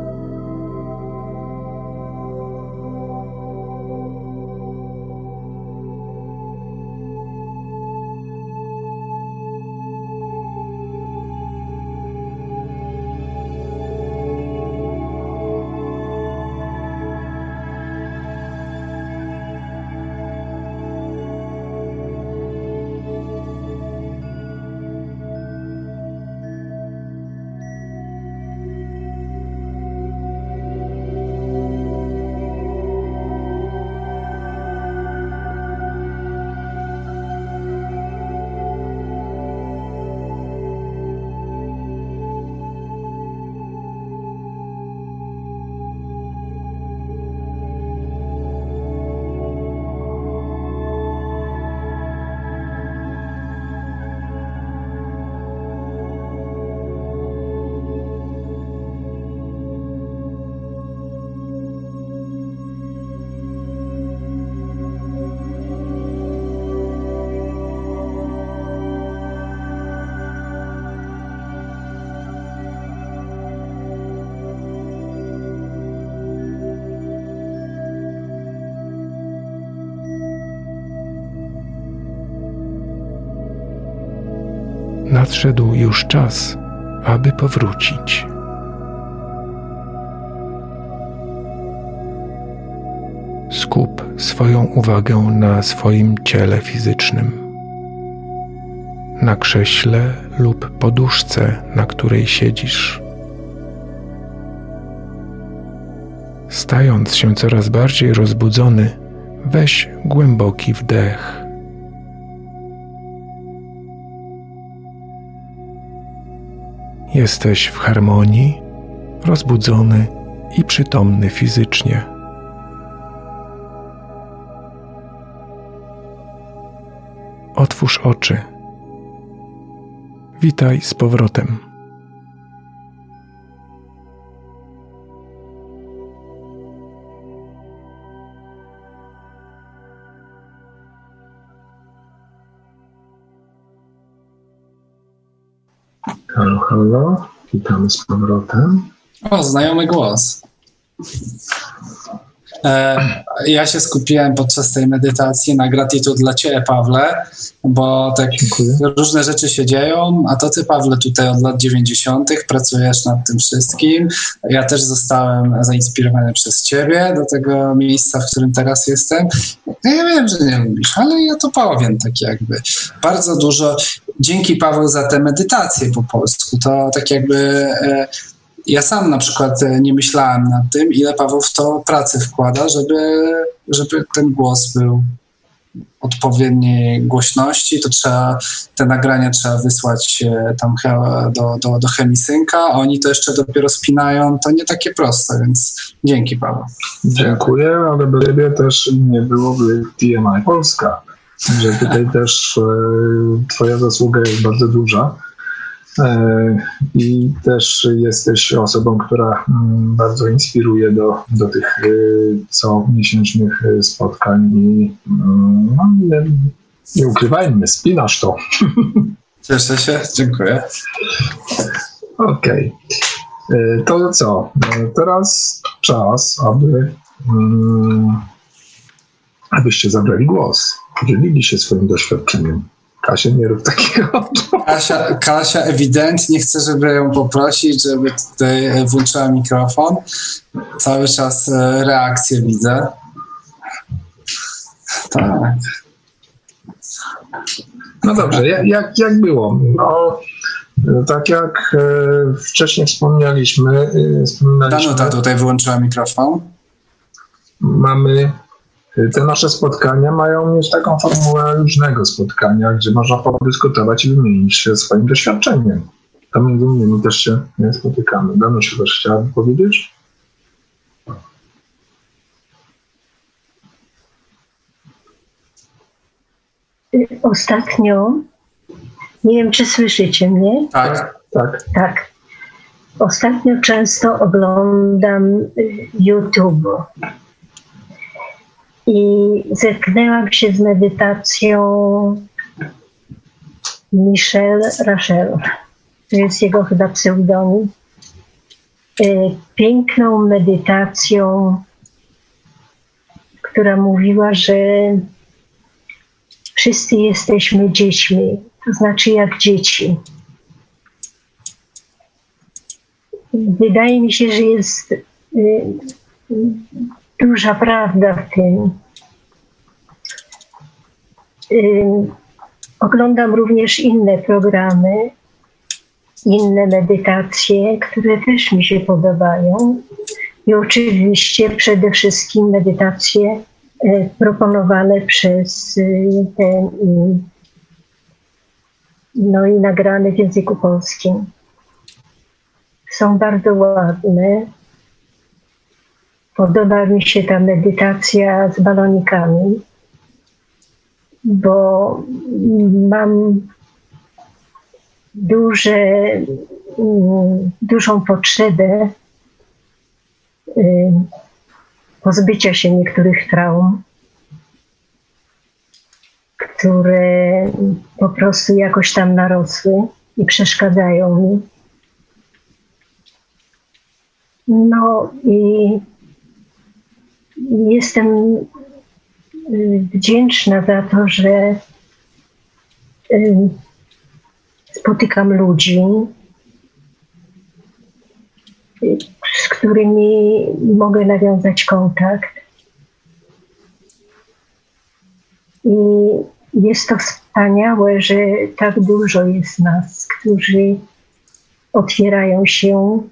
Nadszedł już czas, aby powrócić. Skup swoją uwagę na swoim ciele fizycznym, na krześle lub poduszce, na której siedzisz. Stając się coraz bardziej rozbudzony, weź głęboki wdech. Jesteś w harmonii rozbudzony i przytomny fizycznie. Otwórz oczy. Witaj z powrotem. Halo, halo. Witamy z powrotem. O, znajomy głos. E, ja się skupiłem podczas tej medytacji na gratitude dla Ciebie, Pawle, bo tak Dziękuję. różne rzeczy się dzieją, a to Ty, Pawle, tutaj od lat dziewięćdziesiątych pracujesz nad tym wszystkim. Ja też zostałem zainspirowany przez Ciebie do tego miejsca, w którym teraz jestem. Ja wiem, że nie lubisz, ale ja to powiem tak jakby. Bardzo dużo. Dzięki, Paweł, za tę medytację po polsku. To tak jakby... E, Ja sam na przykład nie myślałem nad tym, ile Paweł w to pracy wkłada, żeby, żeby ten głos był odpowiedniej głośności. To trzeba, te nagrania trzeba wysłać tam do, do, do Chemisynka, a oni to jeszcze dopiero spinają. To nie takie proste, więc dzięki, Paweł. Dziękuję, ale do ciebie też nie byłoby T M I Polska, że tutaj też e, twoja zasługa jest bardzo duża. I też jesteś osobą, która bardzo inspiruje do, do tych co miesięcznych spotkań i no, nie, nie ukrywajmy, spinasz to. Cieszę się, dziękuję. Okej. Okay. To co? Teraz czas, aby abyście zabrali głos, dzielili się swoim doświadczeniem. Kasia, nie rób takiego. Kasia, Kasia ewidentnie chce, żeby ją poprosić, żeby tutaj włączyła mikrofon. Cały czas reakcję widzę. Tak. No dobrze, jak, jak było? No, tak jak e, wcześniej wspomnieliśmy, e, wspominaliśmy... Danuta tutaj wyłączyła mikrofon. Mamy... Te nasze spotkania mają mieć taką formułę luźnego spotkania, gdzie można podyskutować i wymienić się swoim doświadczeniem. To między innymi też się nie spotykamy. Danusiu, też chciałaby powiedzieć? Ostatnio, nie wiem, czy słyszycie mnie? Tak. Tak. Tak. Ostatnio często oglądam YouTube. I zetknęłam się z medytacją Michel Rachel. To jest jego chyba pseudonim. Piękną medytacją, która mówiła, że wszyscy jesteśmy dziećmi, to znaczy jak dzieci. Wydaje mi się, że jest duża prawda w tym. Yy, oglądam również inne programy, inne medytacje, które też mi się podobają. I oczywiście przede wszystkim medytacje yy, proponowane przez yy, ten yy, no i nagrane w języku polskim. Są bardzo ładne. Podoba mi się ta medytacja z balonikami, bo mam duże, dużą potrzebę pozbycia się niektórych traum, które po prostu jakoś tam narosły i przeszkadzają mi. No i jestem wdzięczna za to, że spotykam ludzi, z którymi mogę nawiązać kontakt. I jest to wspaniałe, że tak dużo jest nas, którzy otwierają się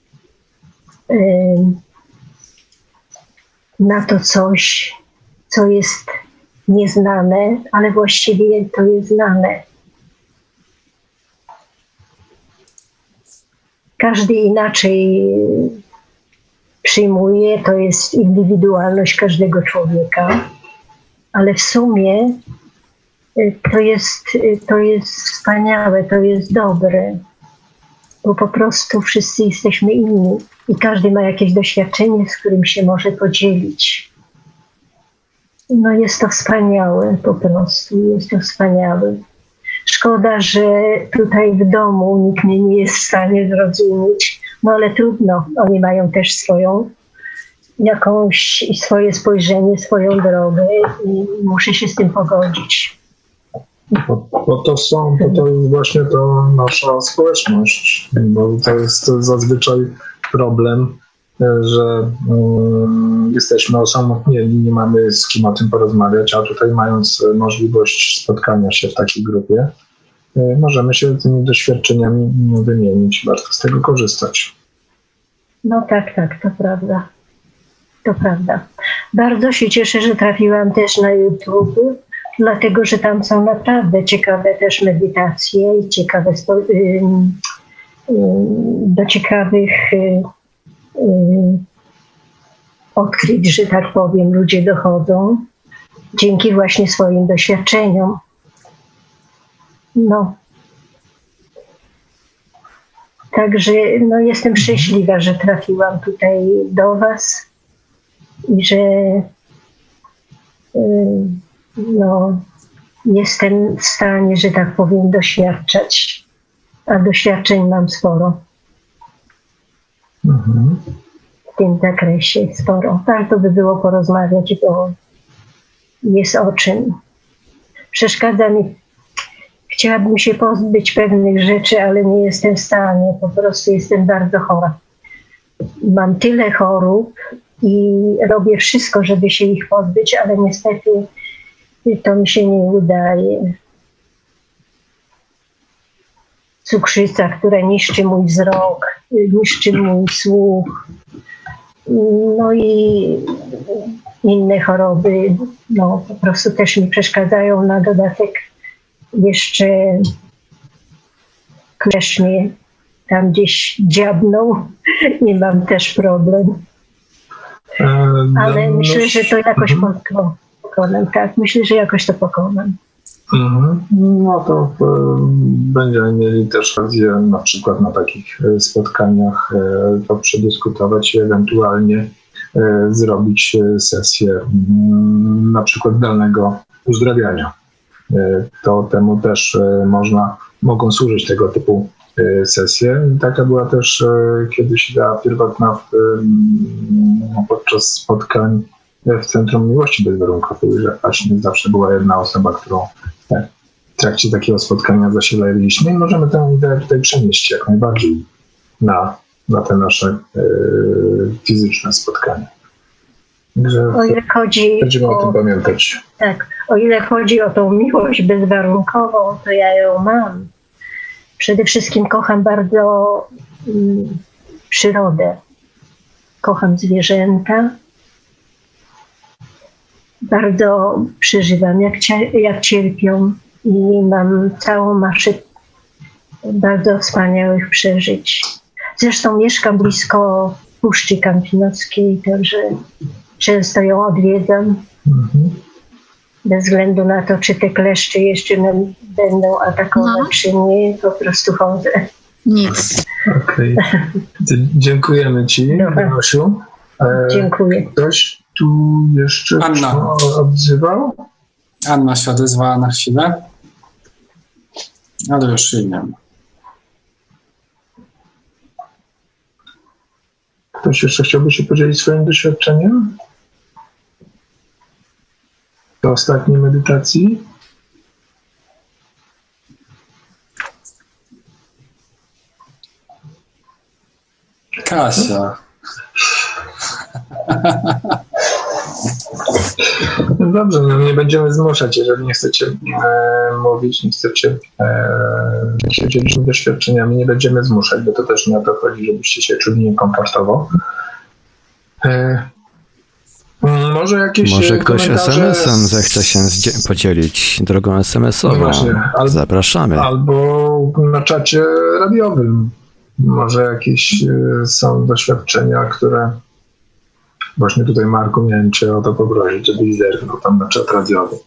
na to coś, co jest nieznane, ale właściwie to jest znane. każdy inaczej przyjmuje, to jest indywidualność każdego człowieka, ale w sumie to jest, to jest wspaniałe, to jest dobre, bo po prostu wszyscy jesteśmy inni i każdy ma jakieś doświadczenie, z którym się może podzielić. No jest to wspaniałe po prostu, jest to wspaniałe. Szkoda, że tutaj w domu nikt mnie nie jest w stanie zrozumieć, no ale trudno, oni mają też swoją jakąś, swoje spojrzenie, swoją drogę i muszę się z tym pogodzić. Bo, bo to są, bo to jest właśnie to nasza społeczność, bo to jest zazwyczaj problem, że um, jesteśmy osamotnieni, nie mamy z kim o tym porozmawiać, a tutaj mając możliwość spotkania się w takiej grupie, y, możemy się tymi doświadczeniami wymienić, warto z tego korzystać. No tak, tak, to prawda. To prawda. Bardzo się cieszę, że trafiłam też na YouTube, dlatego że tam są naprawdę ciekawe też medytacje i ciekawe spo, y, y, do ciekawych y, y, odkryć, że tak powiem, ludzie dochodzą dzięki właśnie swoim doświadczeniom. No. Także no, jestem szczęśliwa, że trafiłam tutaj do was i że y, no, jestem w stanie, że tak powiem, doświadczać, a doświadczeń mam sporo. Mhm. W tym zakresie sporo. Warto by było porozmawiać, bo jest o czym. Przeszkadza mi, chciałabym się pozbyć pewnych rzeczy, ale nie jestem w stanie, po prostu jestem bardzo chora. Mam tyle chorób i robię wszystko, żeby się ich pozbyć, ale niestety to mi się nie udaje. Cukrzyca, która niszczy mój wzrok, niszczy mój słuch, no i inne choroby, no po prostu też mi przeszkadzają. Na dodatek jeszcze klesz mnie tam gdzieś dziabnął i mam też problem. Ale no, myślę, że to jakoś mhm. pokonam. Tak, myślę, że jakoś to pokonam. Mhm. No to y, będziemy mieli też okazję na przykład na takich y, spotkaniach y, to przedyskutować i ewentualnie y, zrobić y, sesję y, na przykład zdalnego uzdrawiania. Y, to temu też y, można, mogą służyć tego typu y, sesje. I taka była też y, kiedyś idea pierwotna w, y, podczas spotkań w Centrum Miłości Bezwarunkowej, że właśnie zawsze była jedna osoba, którą w trakcie takiego spotkania zasilaliśmy i możemy tę ideę tutaj przenieść jak najbardziej na, na te nasze e, fizyczne spotkania. Także o ile chodzi będziemy o, o tym pamiętać. Tak, o ile chodzi o tą miłość bezwarunkową, to ja ją mam. Przede wszystkim kocham bardzo mm, przyrodę. Kocham zwierzęta. Bardzo przeżywam, jak, jak cierpią i mam całą masę bardzo wspaniałych przeżyć. Zresztą mieszkam blisko Puszczy Kampinoskiej, także często ją odwiedzam. Mhm. Bez względu na to, czy te kleszcze jeszcze będą atakować, no. czy nie, po prostu chodzę. Nic. Okej. Okay. Dziękujemy ci, Anosiu. E, Dziękuję. Ktoś tu jeszcze Anna. odzywał? Anna się odezwała na chwilę, ale już jej nie ma. Ktoś jeszcze chciałby się podzielić swoim doświadczeniem? Do ostatniej medytacji? Kasia. No dobrze, no nie będziemy zmuszać, jeżeli nie chcecie e, mówić, nie chcecie e, się dzielić doświadczeniami, nie będziemy zmuszać, bo to też nie o to chodzi, żebyście się czuli niekomfortowo. E, może jakieś Może ktoś es em esem zechce się zdzie- podzielić drogą es em esową. No właśnie, al- Zapraszamy. Albo na czacie radiowym. może jakieś y, są doświadczenia, które właśnie tutaj, Marku, miałem cię o to poprosić, żebyś zerknął tam na czat radiowy.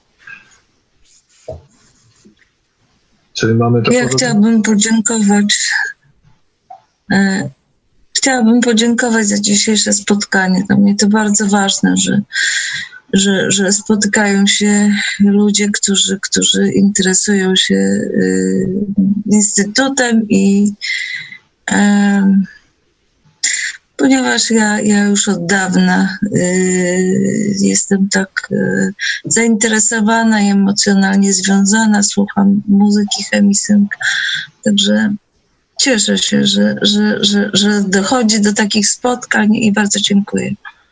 Czyli mamy to. Ja podobnie? Chciałabym podziękować. E, chciałabym podziękować za dzisiejsze spotkanie. Dla mnie to bardzo ważne, że, że, że spotykają się ludzie, którzy, którzy interesują się y, Instytutem i y, ponieważ ja, ja już od dawna y, jestem tak y, zainteresowana i emocjonalnie związana, słucham muzyki Chemisync, także cieszę się, że, że, że, że dochodzi do takich spotkań i bardzo dziękuję.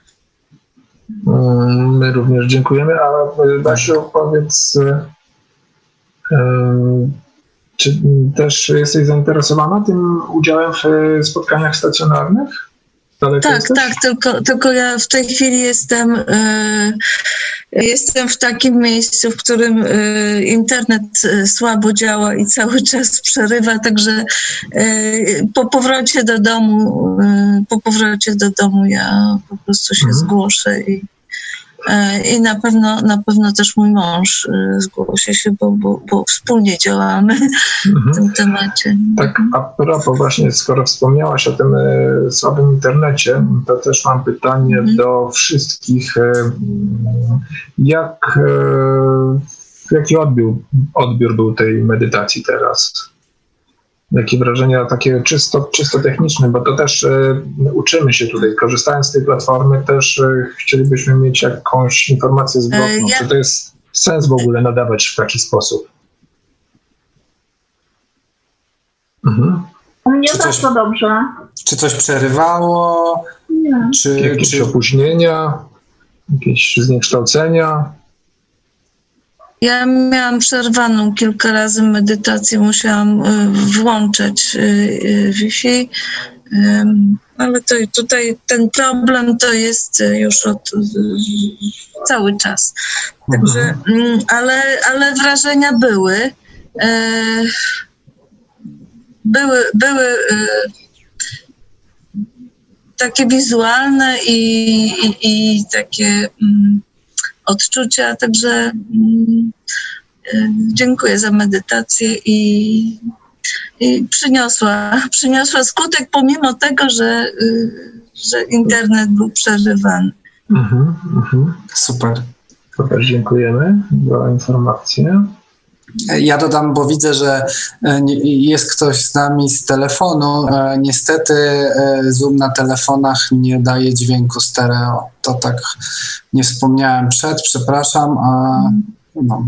My również dziękujemy, a Basiu, powiedz, y, czy też jesteś zainteresowana tym udziałem w spotkaniach stacjonarnych? Daleko tak, jesteś? tak, tylko, tylko ja w tej chwili jestem, y, jestem w takim miejscu, w którym y, internet y, słabo działa i cały czas przerywa, także y, po powrocie do domu, y, po powrocie do domu ja po prostu się mhm. zgłoszę i, y, i na pewno, na pewno też mój mąż y, zgłosi się, bo, bo, bo wspólnie działamy mhm. w tym temacie. Tak, a propos właśnie, skoro wspomniałaś o tym e, słabym internecie, to też mam pytanie mhm. do wszystkich. E, jak, e, jaki odbiór, odbiór był tej medytacji teraz? Jakie wrażenia takie czysto, czysto techniczne, bo to też e, uczymy się tutaj. Korzystając z tej platformy też e, chcielibyśmy mieć jakąś informację zwrotną. E, ja... Czy to jest sens w ogóle nadawać w taki sposób? Mhm. U mnie czy bardzo coś, dobrze. Czy coś przerywało? Nie. Czy, jakieś czy... opóźnienia? Jakieś zniekształcenia? Ja miałam przerwaną kilka razy medytację, musiałam włączać Wi-Fi, ale to tutaj ten problem to jest już od cały czas. Także, mhm. ale, ale wrażenia były. Były, były takie wizualne i, i, i takie mm, odczucia, także mm, dziękuję za medytację i, i przyniosła, przyniosła skutek pomimo tego, że, że internet był przerywany. Mhm, mhm. Super. Super, dziękujemy za informację. Ja dodam, bo widzę, że jest ktoś z nami z telefonu. Niestety Zoom na telefonach nie daje dźwięku stereo. To tak nie wspomniałem przed, przepraszam. A no.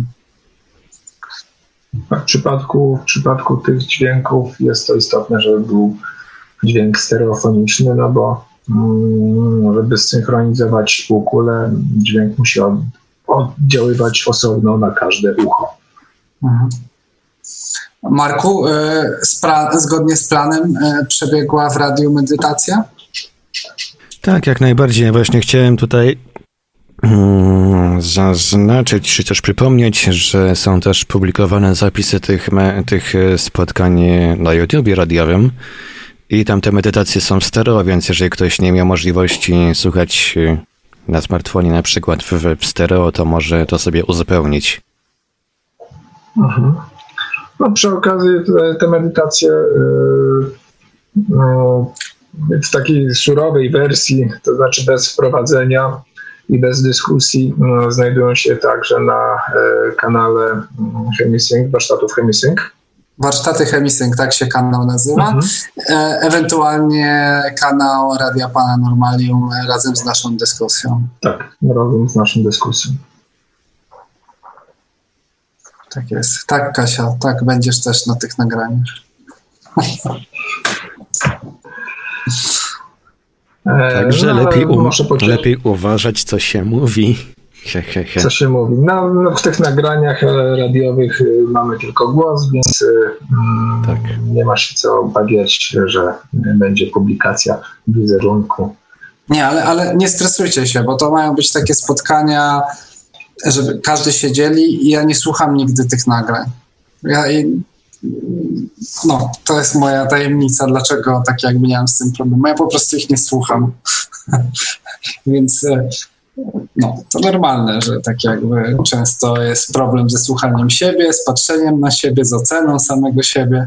W przypadku, w przypadku tych dźwięków jest to istotne, żeby był dźwięk stereofoniczny, no bo mm, żeby synchronizować półkulę, dźwięk musi od, oddziaływać osobno na każde ucho. Mhm. Marku, spra- zgodnie z planem przebiegła w radiu medytacja? Tak, jak najbardziej. Właśnie chciałem tutaj mm, zaznaczyć, czy też przypomnieć, że są też publikowane zapisy tych, me- tych spotkań na YouTubie radiowym i tam te medytacje są w stereo, więc jeżeli ktoś nie miał możliwości słuchać na smartfonie na przykład w, w stereo, to może to sobie uzupełnić. Mhm. No, przy okazji te, te medytacje yy, no, w takiej surowej wersji, to znaczy bez wprowadzenia i bez dyskusji, no, znajdują się także na y, kanale Chemisync, warsztatów Chemisync. Warsztaty Chemisync, tak się kanał nazywa. Mhm. E, ewentualnie kanał Radia Paranormalium razem z naszą dyskusją. Tak, razem z naszą dyskusją. Tak jest. Tak, Kasia, tak, będziesz też na tych nagraniach. Także no, lepiej, um, lepiej uważać, co się mówi. He, he, he. Co się mówi? No, no, w tych nagraniach radiowych mamy tylko głos, więc mm, tak. nie ma się co obawiać, że będzie publikacja wizerunku. Nie, ale, ale nie stresujcie się, bo to mają być takie spotkania, żeby każdy się dzieli i ja nie słucham nigdy tych nagrań. Ja no, to jest moja tajemnica, dlaczego tak jakby nie mam z tym problemu. Ja po prostu ich nie słucham. Więc no, to normalne, że tak jakby często jest problem ze słuchaniem siebie, z patrzeniem na siebie, z oceną samego siebie.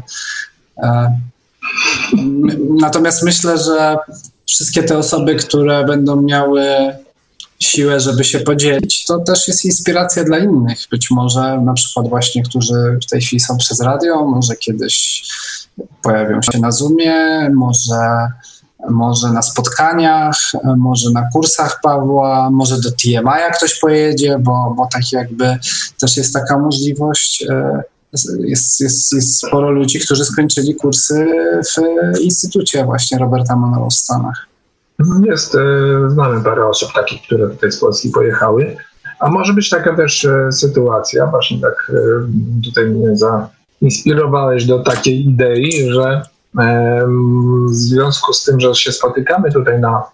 Natomiast myślę, że wszystkie te osoby, które będą miały siłę, żeby się podzielić, to też jest inspiracja dla innych. Być może na przykład właśnie, którzy w tej chwili są przez radio, może kiedyś pojawią się na Zoomie, może, może na spotkaniach, może na kursach Pawła, może do T M I ktoś pojedzie, bo, bo tak jakby też jest taka możliwość. Jest, jest, jest sporo ludzi, którzy skończyli kursy w Instytucie właśnie Roberta Monroe w Stanach. Jest, znamy parę osób takich, które tutaj z Polski pojechały, a może być taka też sytuacja, właśnie tak tutaj mnie zainspirowałeś do takiej idei, że w związku z tym, że się spotykamy tutaj na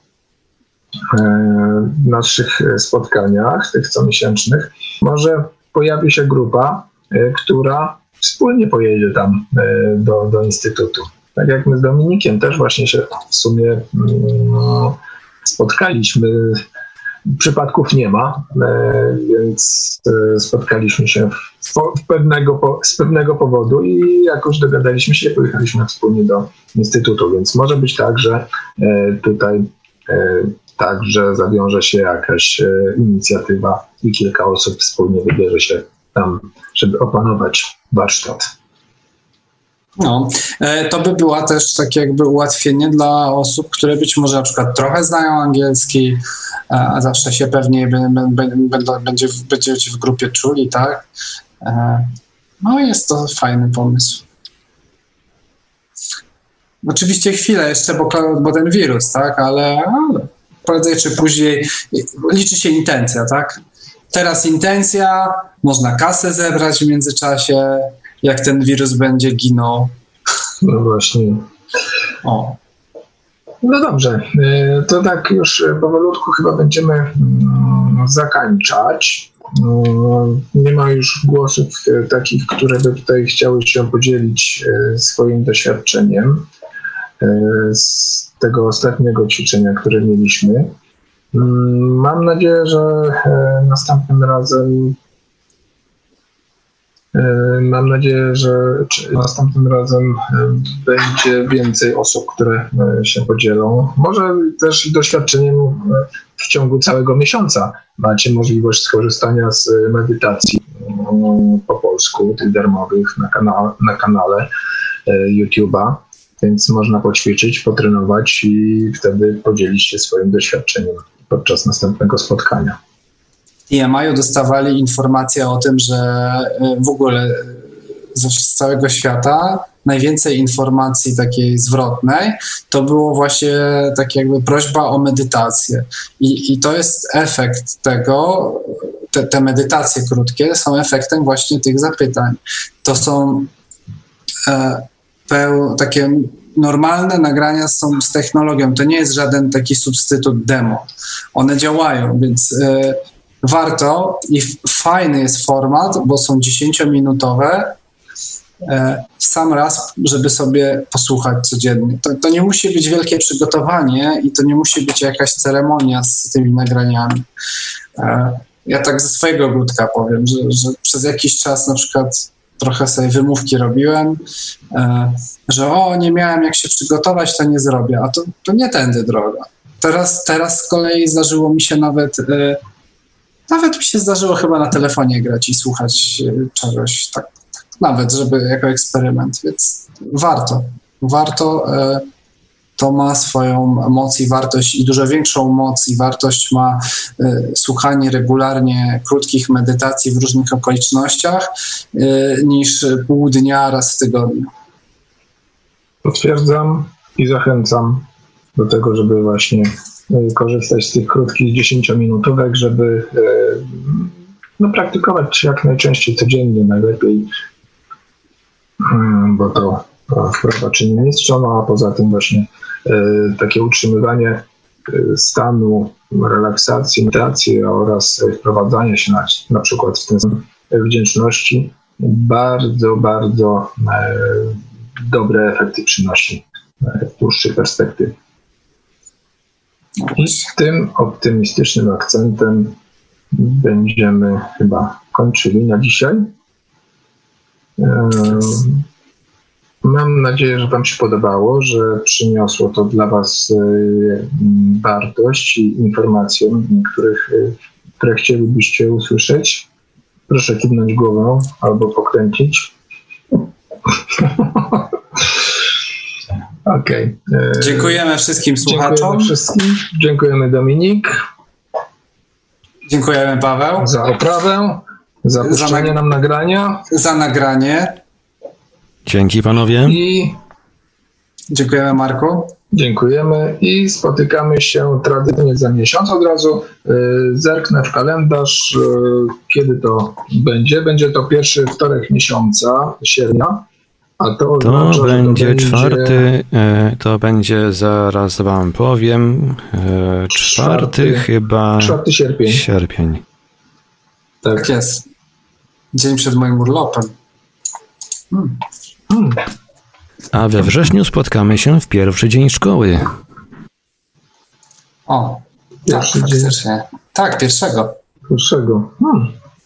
naszych spotkaniach, tych comiesięcznych, może pojawi się grupa, która wspólnie pojedzie tam do, do Instytutu. Tak jak my z Dominikiem też właśnie się w sumie no, spotkaliśmy. Przypadków nie ma, więc spotkaliśmy się w pewnego, z pewnego powodu i jakoś dogadaliśmy się, pojechaliśmy wspólnie do Instytutu, więc może być tak, że tutaj także zawiąże się jakaś inicjatywa i kilka osób wspólnie wybierze się tam, żeby opanować warsztat. No, to by była też takie jakby ułatwienie dla osób, które być może na przykład trochę znają angielski, a zawsze się pewnie będą, będzie, będziecie w grupie czuli, tak? No jest to fajny pomysł. Oczywiście chwilę jeszcze, bo, bo ten wirus, tak? Ale, ale prędzej czy później liczy się intencja, tak? Teraz intencja, można kasę zebrać w międzyczasie, jak ten wirus będzie ginął. No właśnie. O. No dobrze, to tak już powolutku chyba będziemy zakończać. Nie ma już głosów takich, które by tutaj chciały się podzielić swoim doświadczeniem z tego ostatniego ćwiczenia, które mieliśmy. Mam nadzieję, że następnym razem Mam nadzieję, że następnym razem będzie więcej osób, które się podzielą. Może też doświadczeniem w ciągu całego miesiąca macie możliwość skorzystania z medytacji po polsku, tych darmowych na, kanale, na kanale YouTube'a, więc można poćwiczyć, potrenować i wtedy podzielić się swoim doświadczeniem podczas następnego spotkania. T M I dostawali informację o tym, że w ogóle z całego świata najwięcej informacji takiej zwrotnej to było właśnie tak jakby prośba o medytację. I, i to jest efekt tego, te, te medytacje krótkie są efektem właśnie tych zapytań. To są e, peł, takie normalne nagrania są z technologią. To nie jest żaden taki substytut demo. One działają, więc e, warto i fajny jest format, bo są dziesięciominutowe e, w sam raz, żeby sobie posłuchać codziennie. To, to nie musi być wielkie przygotowanie i to nie musi być jakaś ceremonia z tymi nagraniami. E, ja tak ze swojego ogródka powiem, że, że przez jakiś czas na przykład trochę sobie wymówki robiłem, e, że o, nie miałem jak się przygotować, to nie zrobię, a to, to nie tędy droga. Teraz, teraz z kolei zdarzyło mi się nawet e, Nawet mi się zdarzyło chyba na telefonie grać i słuchać czegoś, tak, tak nawet, żeby jako eksperyment, więc warto, warto, e, to ma swoją moc i wartość i dużo większą moc i wartość ma e, słuchanie regularnie krótkich medytacji w różnych okolicznościach e, niż pół dnia raz w tygodniu. Potwierdzam i zachęcam do tego, żeby właśnie korzystać z tych krótkich dziesięciominutówek, żeby no, praktykować jak najczęściej codziennie, najlepiej, bo to wprawa czyni mistrzom, a poza tym właśnie takie utrzymywanie stanu relaksacji, medytacji oraz wprowadzanie się na, na przykład w ten stan wdzięczności bardzo, bardzo dobre efekty przynosi w dłuższej perspektywie. I z tym optymistycznym akcentem będziemy chyba kończyli na dzisiaj. Mam nadzieję, że Wam się podobało, że przyniosło to dla Was wartość i informacje, których, które chcielibyście usłyszeć. Proszę kiwnąć głową albo pokręcić. Okej. Okay. Dziękujemy wszystkim słuchaczom. Dziękujemy wszystkim. Dziękujemy Dominik. Dziękujemy Paweł. Za oprawę, za puszczenie nam nagrania. Za nagranie. Dzięki panowie. I dziękujemy Marku. Dziękujemy i spotykamy się tradycyjnie za miesiąc. Od razu y, zerknę w kalendarz, y, kiedy to będzie. Będzie to pierwszy wtorek miesiąca, sierpnia. A to, to oznacza, będzie to będzie czwarty, e, to będzie, zaraz wam powiem, e, czwarty, czwarty chyba czwarty sierpień. sierpień. Tak. Tak jest. Dzień przed moim urlopem. Hmm. Hmm. A we wrześniu spotkamy się w pierwszy dzień szkoły. O, Pierwszy tak, dzień. faktycznie. Tak, pierwszego. Pierwszego. Hmm.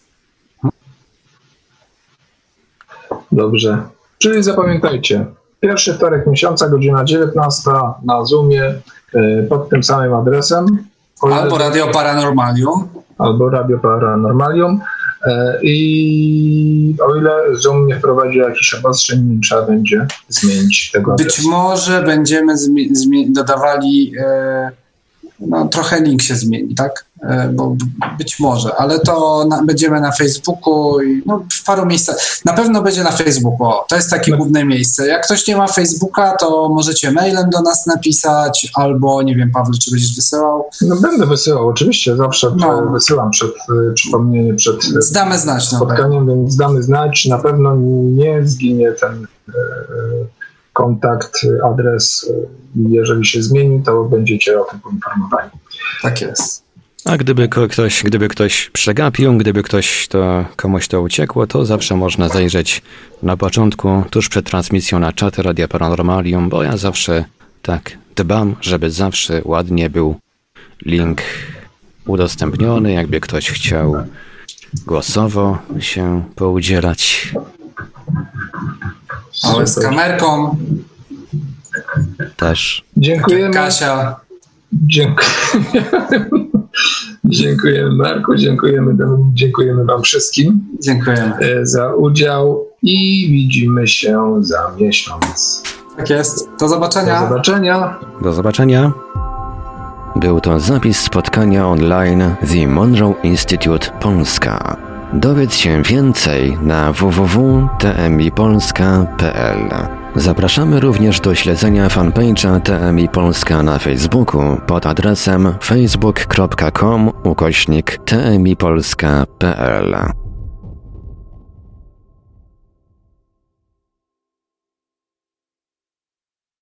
Dobrze. Czyli zapamiętajcie, pierwszy wtorek miesiąca, godzina dziewiętnasta na Zoomie y, pod tym samym adresem. Albo Radio Paranormalium. Albo Radio Paranormalium. Y, I o ile Zoom nie wprowadzi jakichś obostrzeń, trzeba będzie zmienić tego adresu. Być może będziemy zmi- zmi- dodawali, e, no trochę link się zmieni, tak? E, bo b- być może, ale to na, będziemy na Facebooku i no, w paru miejscach. Na pewno będzie na Facebooku. O, to jest takie No. główne miejsce. Jak ktoś nie ma Facebooka, to możecie mailem do nas napisać, albo nie wiem, Paweł, czy będziesz wysyłał? No będę wysyłał, oczywiście, zawsze No. wysyłam przed y, przypomnienie przed y, Zdamy znać. No, spotkaniem, więc damy znać. Na pewno nie zginie ten y, kontakt, adres. Y, jeżeli się zmieni, to będziecie o tym poinformowani. tak jest. A gdyby ko- ktoś, gdyby ktoś przegapił, gdyby ktoś to, komuś to uciekło, to zawsze można zajrzeć na początku, tuż przed transmisją na czaty Radia Paranormalium, bo ja zawsze tak dbam, żeby zawsze ładnie był link udostępniony, jakby ktoś chciał głosowo się poudzielać. Ale z kamerką. Też. Dziękujemy. Kasia. Dziękujemy. Dziękujemy Marku, dziękujemy Dominik, dziękujemy Wam wszystkim Dziękujemy. e, za udział i widzimy się za miesiąc. Tak jest. Do zobaczenia. Do zobaczenia. Do zobaczenia. Był to zapis spotkania online The Monroe Institute Polska. Dowiedz się więcej na w w w kropka t m i polska kropka p l. Zapraszamy również do śledzenia fanpage'a T M I Polska na Facebooku pod adresem facebook kropka com ukośnik t m i polska kropka p l.